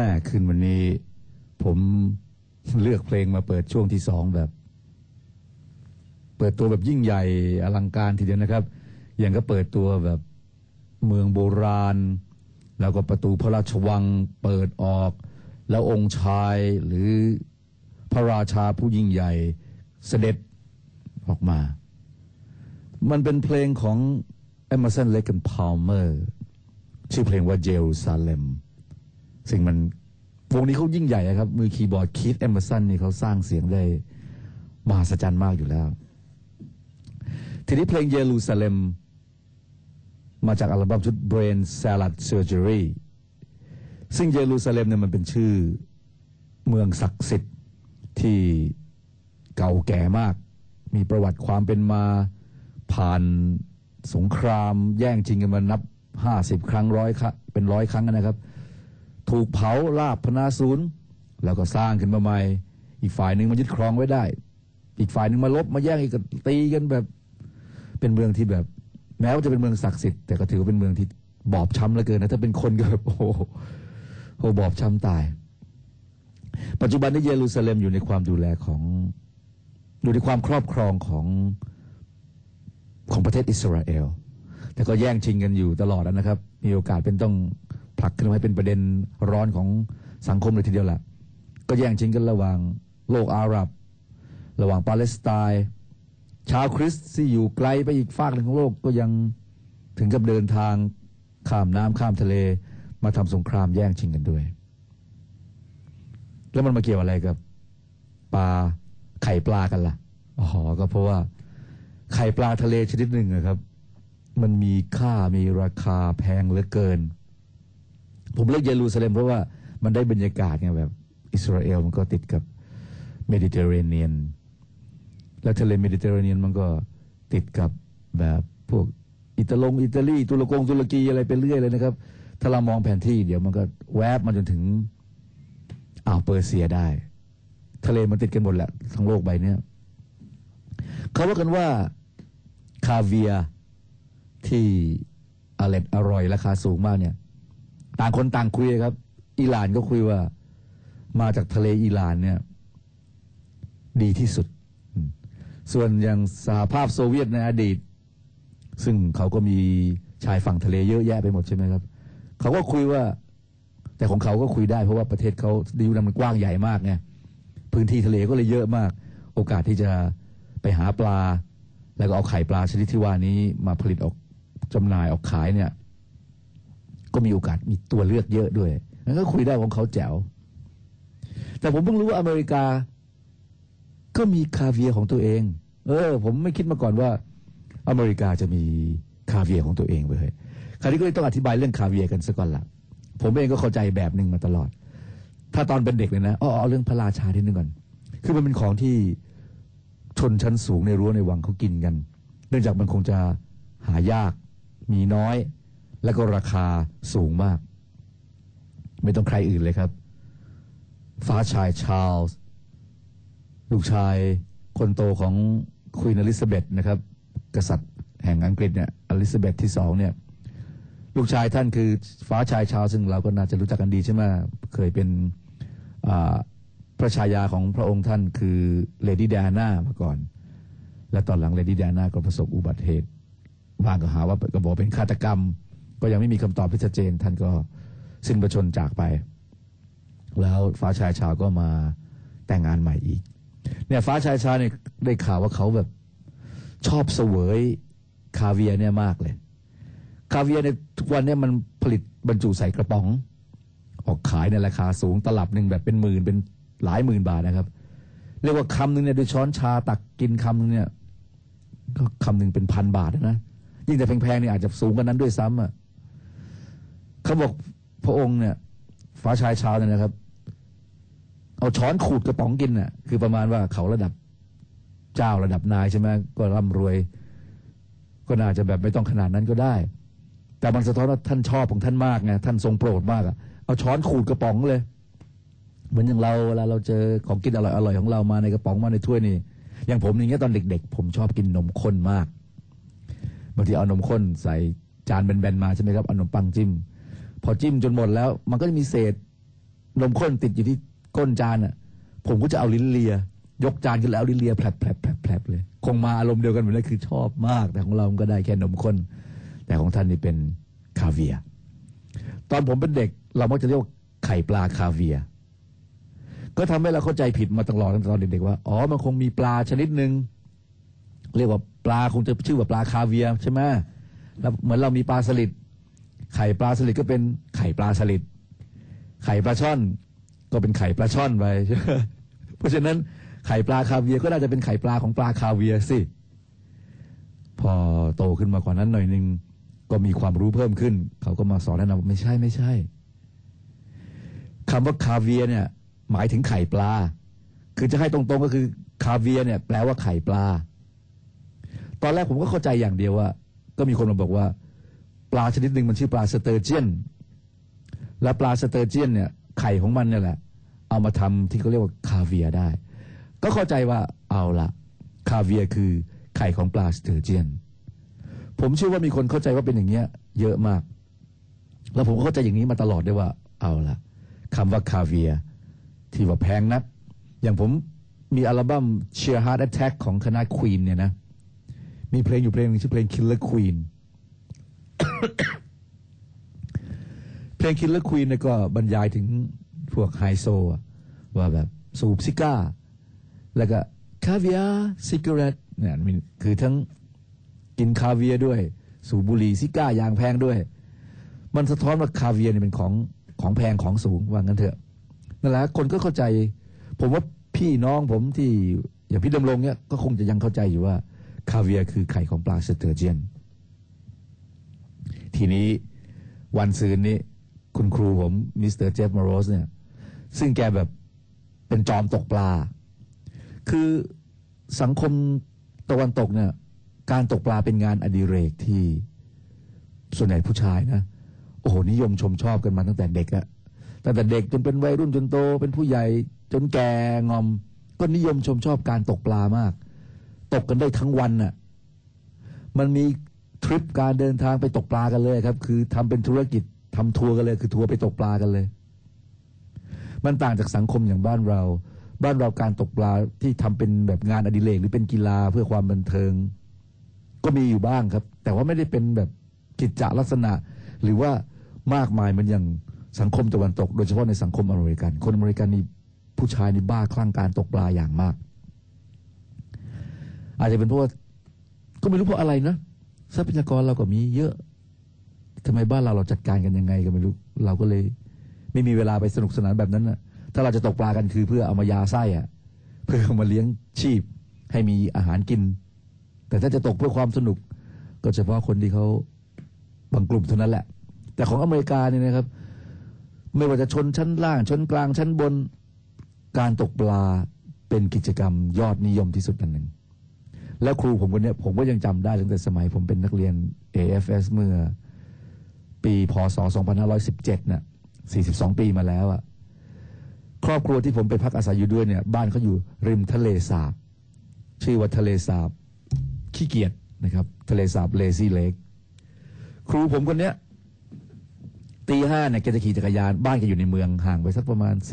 ม่คืนวันนี้ผมเลือกเพลงมาเปิดช่วงที่2แบบเปิดตัวแบบยิ่งใหญ่อลังการทีเดียวนะครับอย่างก็เปิดตัวแบบเมืองโบราณแล้วก็ประตูพระราชวังเปิดออกแล้วองค์ชายหรือพระราชาผู้ยิ่งใหญ่เสด็จออกมามันเป็นเพลงของ Emerson Lake and Palmer ชื่อเพลงว่าเยรูซาเล็มซึ่งมันวงนี้เขายิ่งใหญ่ครับมือคีย์บอร์ดคีธ Emerson นี่เขาสร้างเสียงได้มหัศจรรย์มากอยู่แล้วทีนี้เพลงเยรูซาเล็มมาจากอัลบั้มชุด Brain Salad Surgery ซึ่งเยรูซาเล็มเนี่ยมันเป็นชื่อเมืองศักดิ์สิทธิ์ที่เก่าแก่มากมีประวัติความเป็นมาผ่านสงครามแย่งชิงกันมานับ50 ครั้ง100 เป็น100 ครั้งนะครับถูกเผาลาบพนาศูนย์แล้วก็สร้างขึ้นมาใหม่อีกฝ่ายหนึ่งมายึดครองไว้ได้อีกฝ่ายหนึ่งมาลบมาแย่งอีกตีกันแบบเป็นเมืองที่แบบแม้ว่าจะเป็นเมืองศักดิ์สิทธิ์แต่ก็ถือว่าเป็นเมืองที่บอบช้ำเหลือเกินนะถ้าเป็นคนก็แบบโอ้โหบอบช้ำตายปัจจุบันนี้เยรูซาเล็มอยู่ในความดูแลอยู่ในความครอบครองของประเทศอิสราเอลแต่ก็แย่งชิงกันอยู่ตลอดนะครับมีโอกาสเป็นต้องผลักขึ้นมาให้เป็นประเด็นร้อนของสังคมเลยทีเดียวแหละก็แย่งชิงกันระหว่างโลกอาหรับระหว่างปาเลสไตน์ชาวคริสต์ที่อยู่ไกลไปอีกฝากหนึ่งของโลกก็ยังถึงกับเดินทางข้ามน้ำข้ามทะเลมาทำสงครามแย่งชิงกันด้วยแล้วมันมาเกี่ยวอะไรกับปลาไข่ปลากันล่ะอ๋อก็เพราะว่าไข่ปลาทะเลชนิดหนึ่งนะครับมันมีค่ามีราคาแพงเหลือเกินผมเลือกเยรูซาเล็มเพราะว่ามันได้บรรยากาศไงแบบอิสราเอลมันก็ติดกับเมดิเตอร์เรเนียนแล้วทะเลเมดิเตอร์เรเนียนมันก็ติดกับแบบพวกอิตาลีตุรกีอะไรไปเรื่อยเลยนะครับถ้าเรามองแผนที่เดี๋ยวมันก็แวบมาจนถึงอ่าวเปอร์เซียได้ทะเลมันติดกันหมดแหละทั้งโลกใบนี้เขาว่ากันว่าคาเวียที่อร่อยราคาสูงมากเนี่ยต่างคนต่างคุยครับอิหร่านก็คุยว่ามาจากทะเลอิหร่านเนี่ยดีที่สุดส่วนอย่างสหภาพโซเวียตในอดีตซึ่งเขาก็มีชายฝั่งทะเลเยอะแยะไปหมดใช่ไหมครับเขาก็คุยว่าแต่ของเขาก็คุยได้เพราะว่าประเทศเขาดิวนั้นมันกว้างใหญ่มากไงพื้นที่ทะเลก็เลยเยอะมากโอกาสที่จะไปหาปลาแล้วก็เอาไข่ปลาชนิดที่ว่านี้มาผลิตออกจำหน่ายออกขายเนี่ยก็มีโอกาสมีตัวเลือกเยอะด้วยงั้นก็คุยได้ของเขาแจ๋วแต่ผมเพิ่งรู้ว่าอเมริกาก็มีคาเวียร์ของตัวเองผมไม่คิดมาก่อนว่าอเมริกาจะมีคาเวียร์ของตัวเองเลยคราวนี้ก็เลยต้องอธิบายเรื่องคาเวียร์กันซะก่อนละผมเองก็เข้าใจแบบหนึ่งมาตลอดถ้าตอนเป็นเด็กเลยนะเอาเรื่องพระราชาทีนึงก่อนคือมันเป็นของที่ชนชั้นสูงในรั้วในวังเขากินกันเนื่องจากมันคงจะหายากมีน้อยและก็ราคาสูงมากไม่ต้องใครอื่นเลยครับฟ้าชายชาร์ลส์ลูกชายคนโตของควีนอลิซาเบธนะครับกษัตริย์แห่งอังกฤษเนี่ยอลิซาเบธที่2เนี่ยลูกชายท่านคือฟ้าชายชาร์ลส์ซึ่งเราก็น่าจะรู้จักกันดีใช่ไหมเคยเป็นพระชายาของพระองค์ท่านคือเลดี้ไดอาน่ามาก่อนและตอนหลังเลดี้ไดอาน่าก็ประสบอุบัติเหตุบางก็หาว่าก็บอกเป็นฆาตกรรมก็ยังไม่มีคำตอบที่ชัดเจนท่านก็สิ้นพระชนม์จากไปแล้วฟ้าชายชาร์ลส์ก็มาแต่งงานใหม่อีกเนี่ยฟ้าชายชาร์ลส์เนี่ยได้ข่าวว่าเขาแบบชอบเสวยคาเวียร์เนี่ยมากเลยคาเวียร์ในทุกวันเนี่ยมันผลิตบรรจุใส่กระป๋องออกขายในราคาสูงตลับหนึ่งแบบเป็นหมื่นเป็นหลายหมื่นบาทนะครับเรียกว่าคำหนึ่งเนี่ยโดยช้อนชาตักกินคำหนึ่งเนี่ยก็คำหนึ่งเป็น1,000 บาทนะยิ่งแต่แพงๆเนี่ยอาจจะสูงกว่านั้นด้วยซ้ำอ่ะเขาบอกพระองค์เนี่ยฟ้าชายชาร์ลส์เนี่ยนะครับเอาช้อนขูดกระป๋องกินน่ะคือประมาณว่าเขาระดับเจ้าระดับนายใช่ไหมก็ร่ำรวยก็น่าจะแบบไม่ต้องขนาดนั้นก็ได้แต่มันสะท้อนว่าท่านชอบของท่านมากไงท่านทรงโปรดมากอ่ะเอาช้อนขูดกระป๋องเลยเหมือนอย่างเราเวลาเราเจอของกินอร่อยๆของเรามาในกระป๋องมาในถ้วยนี่อย่างผมอย่างเงี้ยตอนเด็กๆผมชอบกินนมข้นมากบางทีเอานมข้นใส่จานแบนๆมาใช่ไหมครับเอานมปังจิ้มพอจิ้มจนหมดแล้วมันก็จะมีเศษนมข้นติดอยู่ที่ก้นจานอ่ะผมก็จะเอาลิ้นเลียยกจานขึ้นแล้วลิ้นเลียแผลบแผลบแผลบแผลบเลยคงมาอารมณ์เดียวกันหมดเลยคือชอบมากแต่ของเราก็ได้แค่นมข้นแต่ของท่านนี่เป็นคาเวียร์ตอนผมเป็นเด็กเรามักจะเรียกว่าไข่ปลาคาเวียร์ก็ทำให้เราเข้าใจผิดมาตลอดตั้งแต่ตอนเด็กๆว่าอ๋อมันคงมีปลาชนิดหนึ่งเรียกว่าปลาคงจะชื่อว่าปลาคาเวียร์ใช่ไหมแล้วเหมือนเรามีปลาสลิดไข่ปลาสลิดก็เป็นไข่ปลาสลิดไข่ปลาช่อนก็เป็นไข่ปลาช่อนไปเพราะฉะนั้นไข่ปลาคาเวียร์ก็น่าจะเป็นไข่ปลาของปลาคาเวียร์สิพอโตขึ้นมากว่านั้นหน่อยนึงก็มีความรู้เพิ่มขึ้นเขาก็มาสอนแนะนำไม่ใช่คำว่าคาเวียร์เนี่ยหมายถึงไข่ปลาคือจะให้ตรงๆก็คือคาเวียร์เนี่ยแปลว่าไข่ปลาตอนแรกผมก็เข้าใจอย่างเดียวว่าก็มีคนมาบอกว่าปลาชนิดหนึ่งมันชื่อปลาสเตอร์เจียนและปลาสเตอร์เจียนเนี่ยไข่ของมันเนี่ยแหละเอามาทำที่เขาเรียกว่าคาเวียร์ได้ก็เข้าใจว่าเอาละคาเวียร์คือไข่ของปลาสเตอร์เจียนผมเชื่อว่ามีคนเข้าใจว่าเป็นอย่างเงี้ยเยอะมากแล้วผมก็เข้าใจอย่างนี้มาตลอดด้วยว่าเอาละคำว่าคาเวียร์ที่ว่าแพงนักอย่างผมมีอัลบั้ม Sheer Heart Attack ของคณะ Queen เนี่ยนะมีเพลงอยู่เพลงนึงชื่อเพลง Killer Queen เพลง Killer Queen เนี่ยก็บรรยายถึงพวกไฮโซว่าแบบสูบซิก้าแล้วก็คาเวียร์ซิกเรตเนี่ยคือทั้งกินคาเวียร์ด้วยสูบบุหรี่ซิก้ายางแพงด้วยมันสะท้อนว่าคาเวียร์เนี่ยเป็นของแพงของสูงว่างั้นเถอะนั่นแหละคนก็เข้าใจผมว่าพี่น้องผมที่อย่างพี่ดำรงเนี่ยก็คงจะยังเข้าใจอยู่ว่าคาเวียร์คือไข่ของปลาสเตอร์เจียนทีนี้วันซืนนี้คุณครูผมมิสเตอร์เจฟมาโรสเนี่ยซึ่งแกแบบเป็นจอมตกปลาคือสังคมตะวันตกเนี่ยการตกปลาเป็นงานอดิเรกที่ส่วนใหญ่ผู้ชายนะโอ้โหนิยมชมชอบกันมาตั้งแต่เด็กอะตั้งแต่เด็กจนเป็นวัยรุ่นจนโตเป็นผู้ใหญ่จนแก่งอมก็นิยมชมชอบการตกปลามากตกกันได้ทั้งวันน่ะมันมีทริปการเดินทางไปตกปลากันเลยครับคือทำเป็นธุรกิจทำทัวร์กันเลยคือทัวร์ไปตกปลากันเลยมันต่างจากสังคมอย่างบ้านเราการตกปลาที่ทำเป็นแบบงานอดิเรกหรือเป็นกีฬาเพื่อความบันเทิงก็มีอยู่บ้างครับแต่ว่าไม่ได้เป็นแบบกิจจลักษณะหรือว่ามากมายมันอย่างสังคมตะวันตกโดยเฉพาะในสังคมอเมริกันคนอเมริกันนี่ผู้ชายนี่บ้าคลั่งการตกปลาอย่างมากอาจจะเป็นเพราะว่าก็ไม่รู้เพราะอะไรนะทรัพยากรเราก็มีเยอะทำไมบ้านเราจัดการกันยังไงก็ไม่รู้เราก็เลยไม่มีเวลาไปสนุกสนานแบบนั้นนะถ้าเราจะตกปลากันคือเพื่อเอามายาไส้อะเพื่อเอามาเลี้ยงชีพให้มีอาหารกินแต่ถ้าจะตกเพื่อความสนุกก็เฉพาะคนที่เขาบางกลุ่มเท่านั้นแหละแต่ของอเมริกาเนี่ยนะครับไม่ว่าจะชนชั้นล่างชนกลางชั้นบนการตกปลาเป็นกิจกรรมยอดนิยมที่สุดอันหนึ่งแล้วครูผมคนนี้ผมก็ยังจำได้ตั้งแต่สมัยผมเป็นนักเรียน AFS เมื่อปีพ.ศ. 2517น่ะ42 ปีมาแล้วอ่ะครอบครัวที่ผมไปพักอาศัยอยู่ด้วยเนี่ยบ้านเขาอยู่ริมทะเลสาบชื่อว่าทะเลสาบขี้เกียจนะครับทะเลสาบเลซี่เลคครูผมคนนี้ตี 5เนี่ยแกจะขี่จักรยานบ้านแกอยู่ในเมืองห่างไปสักประมาณ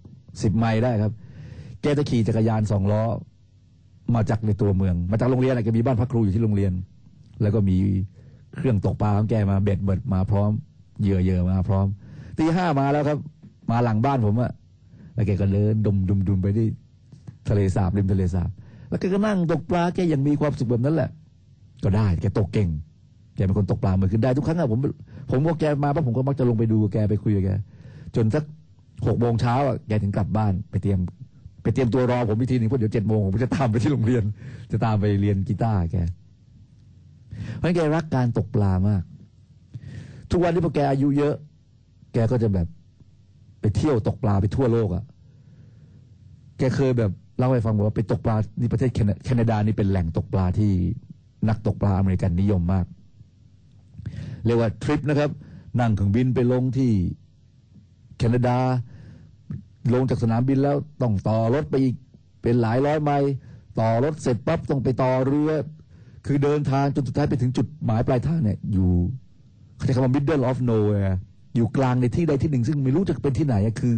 10 ไมล์ได้ครับแกจะขี่จักรยาน2 ล้อมาจากในตัวเมืองมาจากโรงเรียนแกมีบ้านพักครูอยู่ที่โรงเรียนแล้วก็มีเครื่องตกปลาของแกมาเบ็ดเบิดมาพร้อมเหยื่อมาพร้อมตี 5มาแล้วครับมาหลังบ้านผมอะแล้วแกก็เดินดุมไปที่ทะเลสาบริมทะเลสาบแล้วแกก็นั่งตกปลาแกยังมีความสุขแบบนั้นแหละก็ได้แกตกเก่งแกเป็นคนตกปลามือขึ้นได้ทุกครั้งอะผมก็แกมาปั๊บผมก็มักจะลงไปดูแกไปคุยกับแกจนสัก6 โมงเช้าอะแกถึงกลับบ้านไปเตรียมตัวรอผมอีกทีนึงเพราะเดี๋ยว7 โมงผมจะตามไปที่โรงเรียนจะตามไปเรียนกีตาร์แกเพราะแกรักการตกปลามากทุกวันที่พอแกอายุเยอะแกก็จะแบบไปเที่ยวตกปลาไปทั่วโลกอะแกเคยแบบเล่าให้ฟังว่าไปตกปลาในประเทศแคนาดานี่เป็นแหล่งตกปลาที่นักตกปลาอเมริกันนิยมมากเรียกว่าทริปนะครับนั่งเครื่องบินไปลงที่แคนาดาลงจากสนามบินแล้วต้องต่อรถไปอีกเป็นหลายร้อยไมล์ต่อรถเสร็จปั๊บต้องไปต่อเรือคือเดินทางจนสุดท้ายไปถึงจุดหมายปลายทางเนี่ยอยู่เขาใช้คำว่า middle of nowhere อยู่กลางในที่ใดที่หนึ่งซึ่งไม่รู้จะเป็นที่ไหนคือ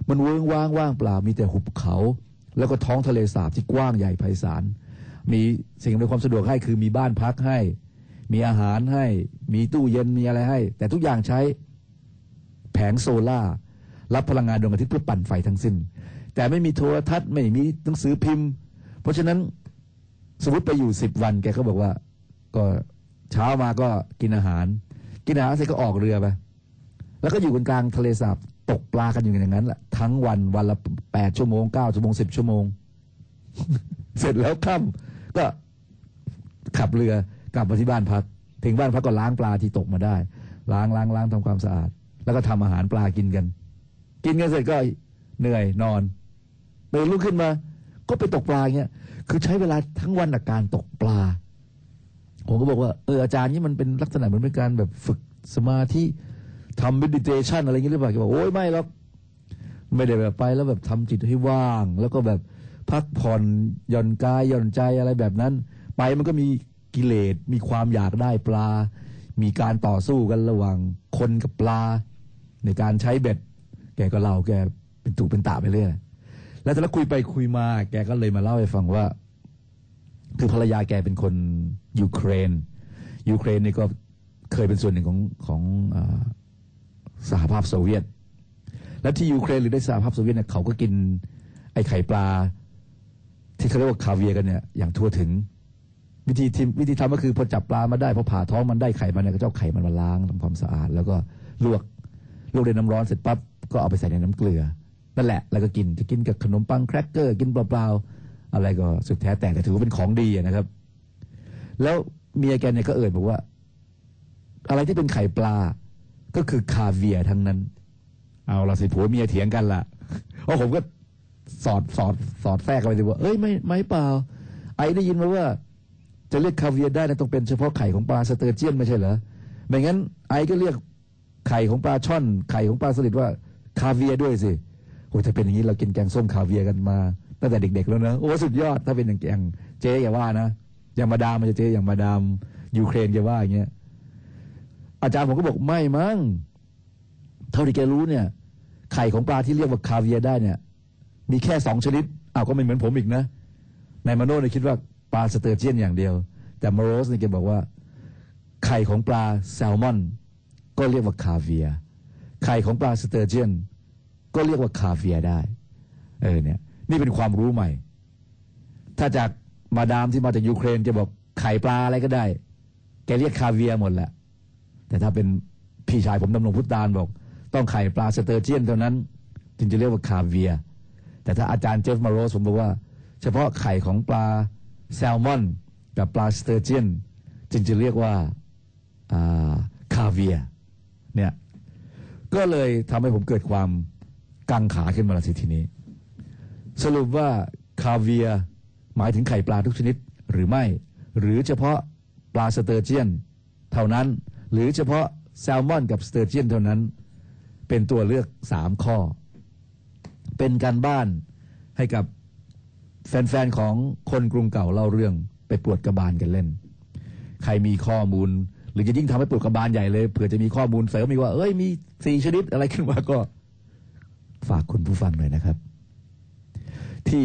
มันเวิ้งว้างว่างเปล่ามีแต่หุบเขาแล้วก็ท้องทะเลสาบที่กว้างใหญ่ไพศาลมีสิ่งอำนวยความสะดวกให้คือมีบ้านพักให้มีอาหารให้มีตู้เย็นมีอะไรให้แต่ทุกอย่างใช้แผงโซล่ารับพลังงานดวงอาทิตย์เพื่อปั่นไฟทั้งสิ้นแต่ไม่มีโทรทัศน์ไม่มีหนังสือพิมพ์เพราะฉะนั้นสมมติไปอยู่10 วันแกก็บอกว่าก็เช้ามาก็กินอาหารเสร็จก็ออกเรือไปแล้วก็อยู่กลางทะเลสาบตกปลากันอยู่อย่างนั้นแหละทั้งวันละ8 ชั่วโมง9 ชั่วโมง10 ชั่วโมง เสร็จแล้วค่ำก็ขับเรือกลับมาที่บ้านพักถึงบ้านพักก็ล้างปลาที่ตกมาได้ล้างทำความสะอาดแล้วก็ทำอาหารปลากินกันเสร็จก็เหนื่อยนอนตื่นลุกขึ้นมาก็ไปตกปลาเงี้ยคือใช้เวลาทั้งวันกับการตกปลาผมก็บอกว่าอาจารย์นี่มันเป็นลักษณะเหมือนเป็นการแบบฝึกสมาธิทำ meditation อะไรอย่างนี้หรือเปล่าแกบอกโอ้ยไม่หรอกไม่ได้แบบไปแล้วแบบทำจิตให้ว่างแล้วก็แบบพักผ่อนหย่อนกายหย่อนใจอะไรแบบนั้นไปมันก็มีกิเลสมีความอยากได้ปลามีการต่อสู้กันระหว่างคนกับปลาในการใช้เบ็ดแกก็เล่าแกเป็นตุเป็นตะไปเรื่อยแล้วแต่ละคุยไปคุยมาแกก็เลยมาเล่าให้ฟังว่าคือภรรยาแกเป็นคนยูเครนนี่ก็เคยเป็นส่วนหนึ่งของสหภาพโซเวียตและที่ยูเครนหรือในสหภาพโซเวียตเนี่ยเขาก็กินไอ้ไข่ปลาที่เขาเรียกว่าคาเวียร์กันเนี่ยอย่างทั่วถึงวิธีทำก็คือพอจับปลามาได้พอผ่าท้องมันได้ไข่มันเนี่ยก็จะเอาไข่มันมาล้างทำความสะอาดแล้วก็ลวกในน้ำร้อนเสร็จปั๊บก็เอาไปใส่ในน้ำเกลือนั่นแหละแล้วก็จะกินกับขนมปังแครกเกอร์กินเปล่าๆอะไรก็สุดแท้แต่ถือว่าเป็นของดีนะครับแล้วเมียแกเนี่ยก็บอกว่าอะไรที่เป็นไข่ปลาก็คือคาเวียร์ทั้งนั้นเอาละสิผัวเมียเถียงกันละเพราะผมก็สอดแทรกกันไปเลยว่าไม่เปล่าไอ้ได้ยินมาว่าจะเรียกคาเวียร์ได้นะต้องเป็นเฉพาะไข่ของปลาสเตอร์เจียนไม่ใช่เหรอไม่งั้นไอ้ก็เรียกไข่ของปลาช่อนไข่ของปลาสลิดว่าคาเวียร์ด้วยสิโอ้ถ้าเป็นอย่างนี้เรากินแกงส้มคาเวียร์กันมาตั้งแต่เด็กๆแล้วนะโอ้สุดยอดถ้าเป็นอย่างแกงเจ๊อย่าว่านะอย่างมาดามมันจะเจ๊อย่างมาดามยูเครนอย่าว่าอย่างเงี้ยอาจารย์ผมก็บอกไม่มั้งเท่าที่แกรู้เนี่ยไข่ของปลาที่เรียกว่าคาเวียร์ได้เนี่ยมีแค่2 ชนิดก็ไม่เหมือนผมอีกนะนายมาโน่เนี่ยคิดว่าปลาสเตอร์เจียนอย่างเดียวแต่มาโรสเนี่ยแกบอกว่าไข่ของปลาแซลมอนก็เรียกว่าคาเวียร์ไข่ของปลาสเตอร์เจียนก็เรียกว่าคาเวียร์ได้เนี่ยนี่เป็นความรู้ใหม่ถ้าจากมาดามที่มาจากยูเครนจะบอกไข่ปลาอะไรก็ได้แกเรียกคาเวียร์หมดแหละแต่ถ้าเป็นพี่ชายผมดำรงพุทธานบอกต้องไข่ปลาสเตอร์เจียนเท่านั้นจึงจะเรียกว่าคาเวียร์แต่ถ้าอาจารย์เจฟมาโรสผมบอกว่าเฉพาะไข่ของปลาแซลมอนกับปลาสเตอร์เจียนจึงจะเรียกว่าคาเวียร์เนี่ยก็เลยทำให้ผมเกิดความกังขาขึ้นมาสิทีนี้สรุปว่าคาเวียร์หมายถึงไข่ปลาทุกชนิดหรือไม่หรือเฉพาะปลาสเตอร์เจียนเท่านั้นหรือเฉพาะแซลมอนกับสเตอร์เจียนเท่านั้นเป็นตัวเลือก3 ข้อเป็นการบ้านให้กับแฟนๆของคนกรุงเก่าเล่าเรื่องไปปวดกระบาลกันเล่นใครมีข้อมูลหรือจะยิ่งทำให้ปวดกระบาลใหญ่เลยเผื่อจะมีข้อมูลเสริมอีกว่ามี4 ชนิดอะไรขึ้นมาก็ฝากคุณผู้ฟังหน่อยนะครับที่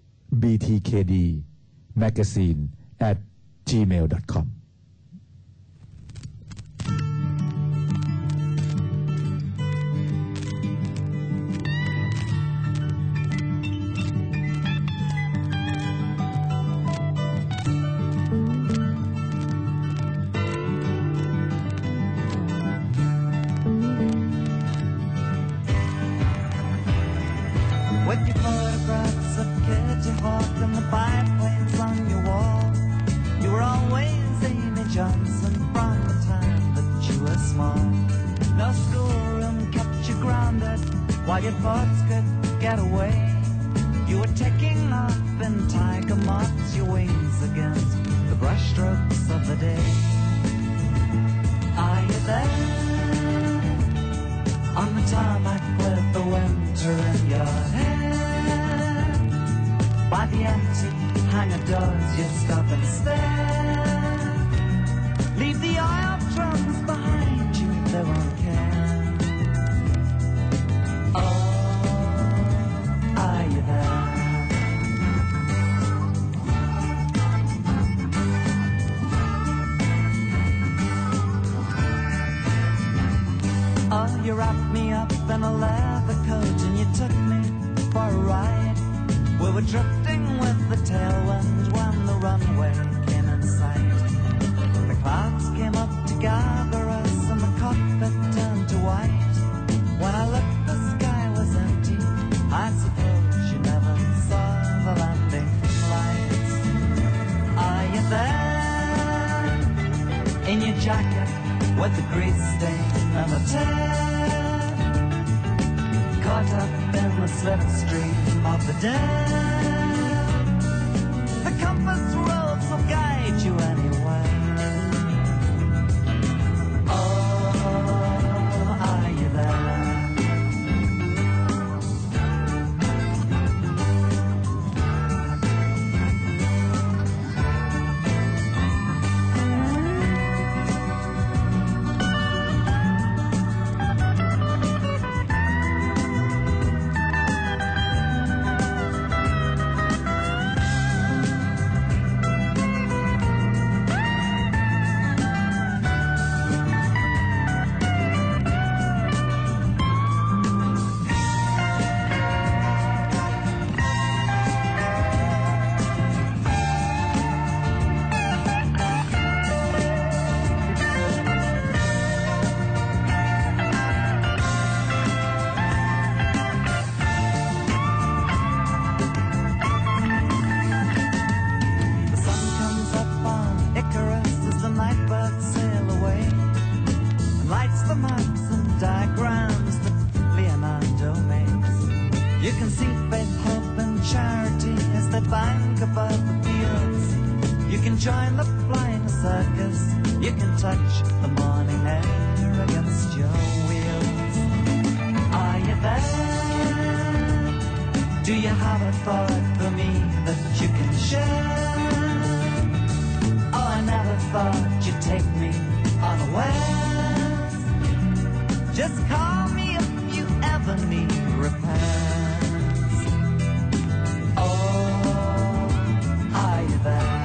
btkdmagazine@gmail.com With your photographs of Kitty Hawk and the biplanes on your wall, you were always Amy Johnson from the time that you were small. No schoolroom kept you grounded while your thoughts could get away. You were taking off in tiger moths, your wings against the brushstrokes of the day. Are you there? On the tarmac with the winter in your hair, by the empty hangar doors you stop and stare. Leave the oil drums behind you, they won't care. Oh, were drifting with the tailwind when the runway came in sight. The clouds came up to gather us and the cockpit turned to white. When I looked, the sky was empty. I suppose you never saw the landing lights. Are you there? In your jacket with the grease stain and the tear, caught up in the slipstream of the dead. The compass roads will guide you anywhere. Oh, are you there? Join the flying circus. You can touch the morning air against your wheels. Are you there? Do you have a thought for me that you can share? Oh, I never thought you'd take me unawares. Just call me if you ever need repairs. Oh, are you there?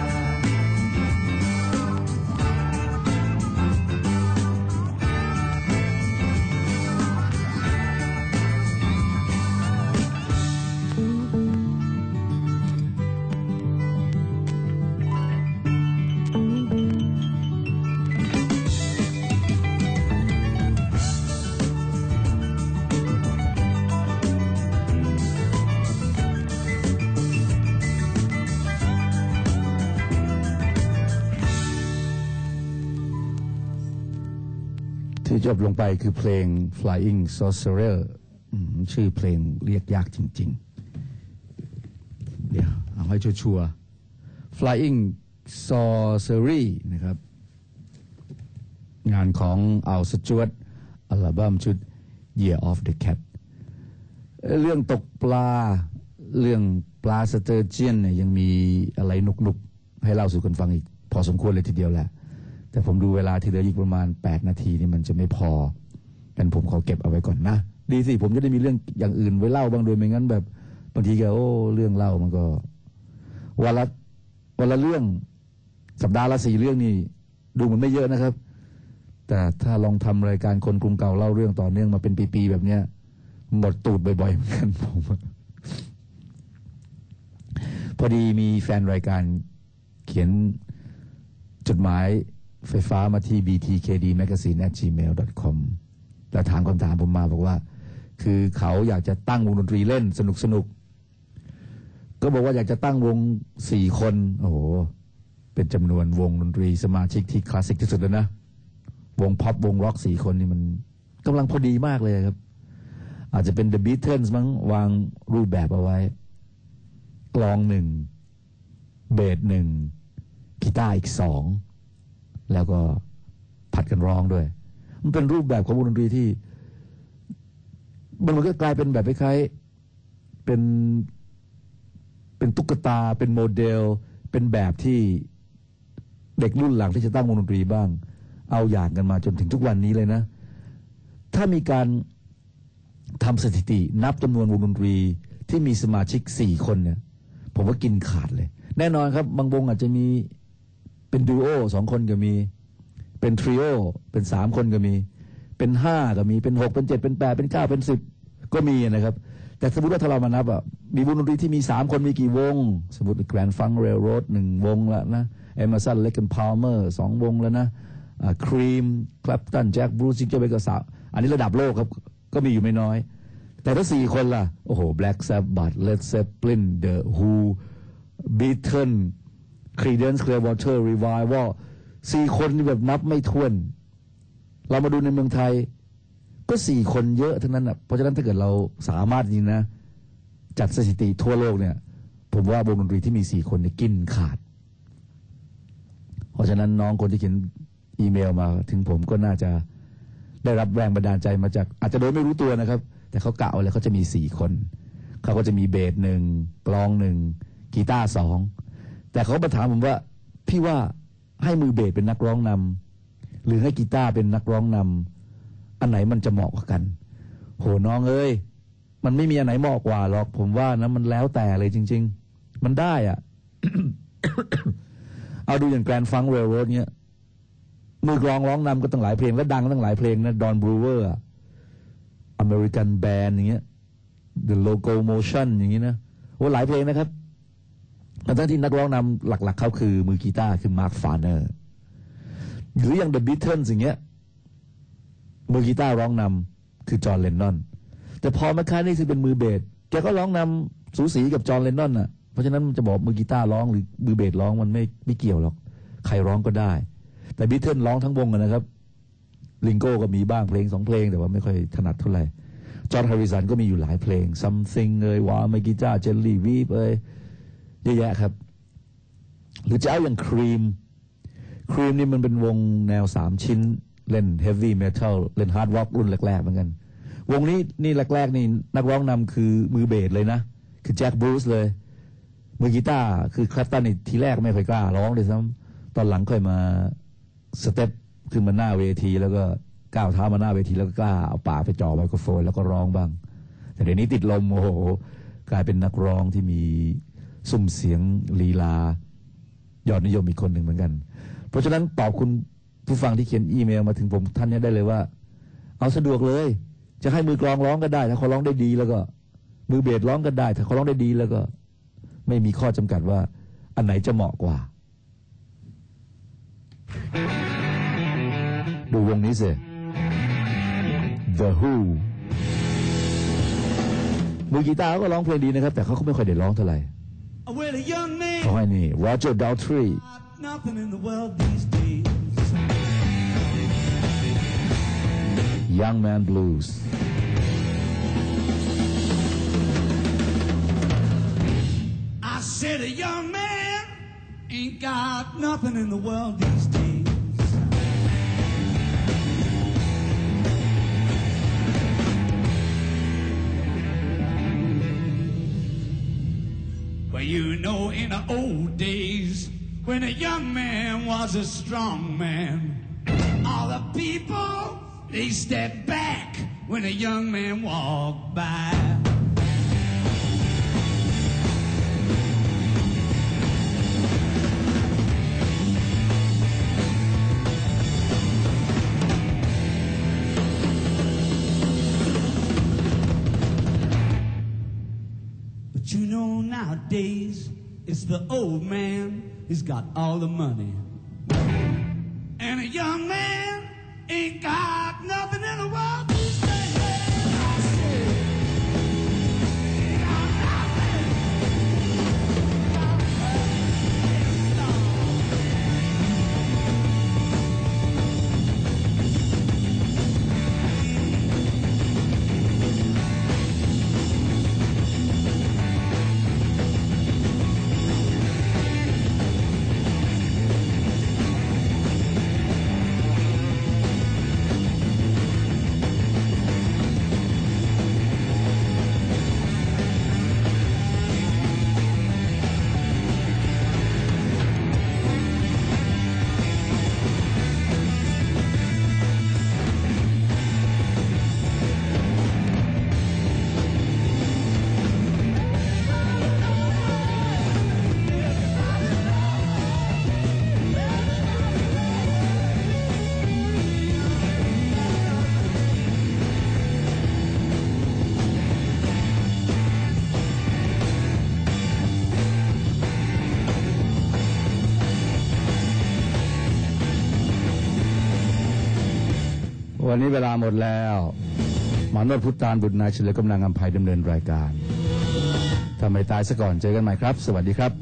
ที่จบลงไปคือเพลง Flying Saucer ชื่อเพลงเรียกยากจริงๆเดี๋ยวเอาให้ชัวร์ Flying Saucer นะครับงานของอัลสจวตอัลบั้มชุด Year of the Cat เรื่องตกปลาเรื่องปลาสเตอร์เจียนเนี่ยยังมีอะไรนุกๆให้เล่าสู่กันฟังอีกพอสมควรเลยทีเดียวแหละแต่ผมดูเวลาที่เหลืออีกประมาณ8นาทีนี่มันจะไม่พอกันผมขอเก็บเอาไว้ก่อนนะดีสิผมจะได้มีเรื่องอย่างอื่นไว้เล่าบ้างโดยไม่งั้นแบบบางทีก็เรื่องเล่ามันก็วันละเรื่องสัปดาห์ละ4เรื่องนี่ดูเหมือนไม่เยอะนะครับแต่ถ้าลองทำรายการคนกรุงเก่าเล่าเรื่องต่อเนื่องมาเป็นปีๆแบบเนี้ยหมดตูดบ่อยๆเหมือนกันผมพอดีมีแฟนรายการเขียนจดหมายไฟฟ้ามาที่ btkdmagazine@gmail.com แล้วถามคำถามผมมาบอกว่าคือเขาอยากจะตั้งวงดนตรีเล่นสนุกก็บอกว่าอยากจะตั้งวง4คนโอ้โหเป็นจำนวนวงดนตรีสมาชิกที่คลาสสิกที่สุดแล้วนะวงพ็อปวงร็อก4คนนี่มันกำลังพอดีมากเลยครับอาจจะเป็น The Beatles มั้งวางรูปแบบเอาไว้กลอง1เบส1กีตาร์อีก2แล้วก็ผัดกันร้องด้วยมันเป็นรูปแบบของวงดนตรีที่มันก็กลายเป็นแบบคล้ายๆเป็นตุ๊กตาเป็นโมเดลเป็นแบบที่เด็กรุ่นหลังที่จะตั้งวงดนตรีบ้างเอาอย่างกันมาจนถึงทุกวันนี้เลยนะถ้ามีการทำสถิตินับจำนวนวงดนตรีที่มีสมาชิก4คนเนี่ยผมว่ากินขาดเลยแน่นอนครับบางวงอาจจะมีเป็นดูโอ2คนก็มีเป็นทริโอเป็น3คนก็มีเป็น5ก็มีเป็น6เป็น7เป็น8เป็น9เป็น10ก็มีนะครับแต่สมมติว่าถ้าเรามานับอ่ะมีวงดนตรีที่มี3คนมีกี่วงสมมติ Grand Funk Railroad 1 วงแล้วนะ Emerson Lake and Palmer 2 วงแล้วนะCream Clapton Jack Bruce Ginger Baker 3อันนี้ระดับโลกครับก็มีอยู่ไม่น้อยแต่ถ้า4 คนล่ะโอ้โห Black Sabbath Led Zeppelin The Who Beatles Creedence Clearwater Revival 4 คนนี่แบบนับไม่ถ้วนเรามาดูในเมืองไทยก็4 คนเยอะทั้งนั้นอ่ะเพราะฉะนั้นถ้าเกิดเราสามารถจริงนะจัดสถิติทั่วโลกเนี่ยผมว่าวงดนตรีที่มี4 คนเนี่ยกินขาดเพราะฉะนั้นน้องคนที่เขียนอีเมลมาถึงผมก็น่าจะได้รับแรงบันดาลใจมาจากอาจจะโดยไม่รู้ตัวนะครับแต่เขากะเอาเลยเขาจะมี4 คนเขาก็จะมีเบส1กลอง1กีตาร์2แต่เขามาถามผมว่าพี่ว่าให้มือเบสเป็นนักร้องนำหรือให้กีตาร์เป็นนักร้องนำอันไหนมันจะเหมาะกว่ากันโหน้องเอ้ยมันไม่มีอันไหนเหมาะกว่าหรอกผมว่านะมันแล้วแต่เลยจริงๆมันได้อ่ะ เอาดูอย่าง Grand Funk Railroad เนี้ยมือกลองร้องนำก็ตั้งหลายเพลงและดังตั้งหลายเพลงนะ Don Brewer American Band อย่างเงี้ย The Locomotion อย่างงี้นะโอ้หลายเพลงนะครับทั้งที่นักร้องนำหลักๆเขาคือมือกีตาร์คือ Mark Farner หรืออย่าง The Beatles อย่างเงี้ยมือกีตาร์ร้องนำคือจอห์น เลนนอนแต่พอมาคาร์ทนี่คือเป็นมือเบสแกก็ร้องนำสูสีกับจอห์น เลนนอนน่ะเพราะฉะนั้นมันจะบอกมือกีตาร์ร้องหรือมือเบสร้องมันไม่เกี่ยวหรอกใครร้องก็ได้แต่บีเทิลร้องทั้งวงนะครับลิงโก้ก็มีบ้างเพลง2 เพลงแต่ว่าไม่ค่อยถนัดเท่าไหร่จอห์น แฮร์ริสันก็มีอยู่หลายเพลง Something วามากีตาร์เจลลี่วีฟเยอะแยะครับหรือจะเอาอย่างครีมนี่มันเป็นวงแนว3 ชิ้นเล่นเฮฟวี่เมทัลเล่นฮาร์ดร็อกรุ่นแรกๆเหมือนกันวงนี้แรกๆนี่นักร้องนำคือมือเบสเลยนะคือแจ็คบรูซเลยมือกีตาร์คือคลัปตันนี่ทีแรกไม่ค่อยกล้าร้องเลยซ้ำตอนหลังค่อยมาสเต็ปขึ้นมาหน้าเวทีแล้วก็ก้าวเท้ามาหน้าเวทีแล้วก็กล้าเอาปากไปจ่อไมโครโฟนแล้วก็ร้องบ้างแต่เดี๋ยวนี้ติดลมโอ้โหกลายเป็นนักร้องที่มีซุ้มเสียงลีลายอดนิยมอีกคนหนึ่งเหมือนกันเพราะฉะนั้นตอบคุณผู้ฟังที่เขียนอีเมลมาถึงผมท่านนี้ได้เลยว่าเอาสะดวกเลยจะให้มือกลองร้องก็ได้ถ้าเขาร้องได้ดีแล้วก็มือเบสร้องก็ได้ถ้าเขาร้องได้ดีแล้วก็ไม่มีข้อจำกัดว่าอันไหนจะเหมาะกว่าดูวงนี้สิ The Who มือกีตาร์ก็ร้องเพลงดีนะครับแต่เขาก็ไม่ค่อยได้ร้องเท่าไหร่เขาให้นี่ Roger Daltrey Nothing in the world these days. Young Man Blues I said a young man ain't got nothing in the world these days. Well, you know, in the old days, when a young man was a strong man, all the people, they stepped back when a young man walked by. But you know nowadays, it's the old man. He's got all the money. And a young man ain't got nothing in the world these days. I say, ain't got nothing. วันนี้เวลาหมดแล้วหมอนวดพุทธานบุตรนายเฉลิมกำลังอำไพดำเนินรายการถ้าไม่ตายซะก่อนเจอกันใหม่ครับสวัสดีครับ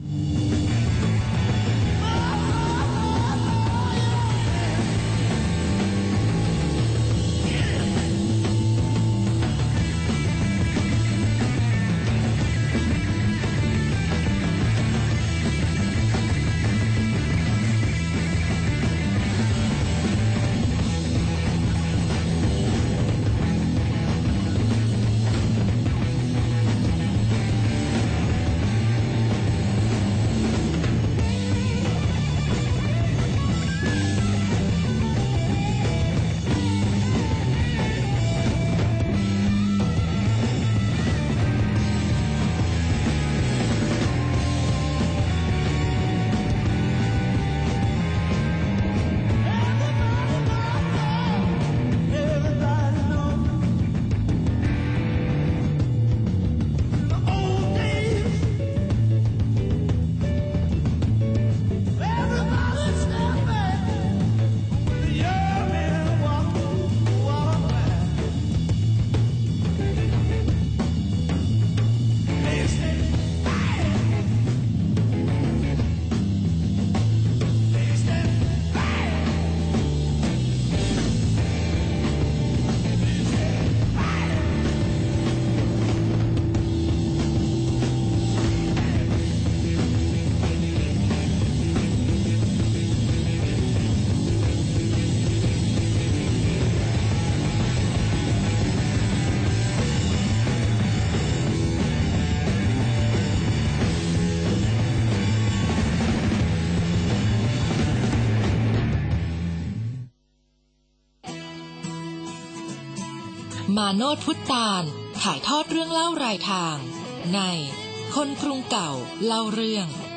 มาโนดพุทธานถ่ายทอดเรื่องเล่ารายทางในคนกรุงเก่าเล่าเรื่อง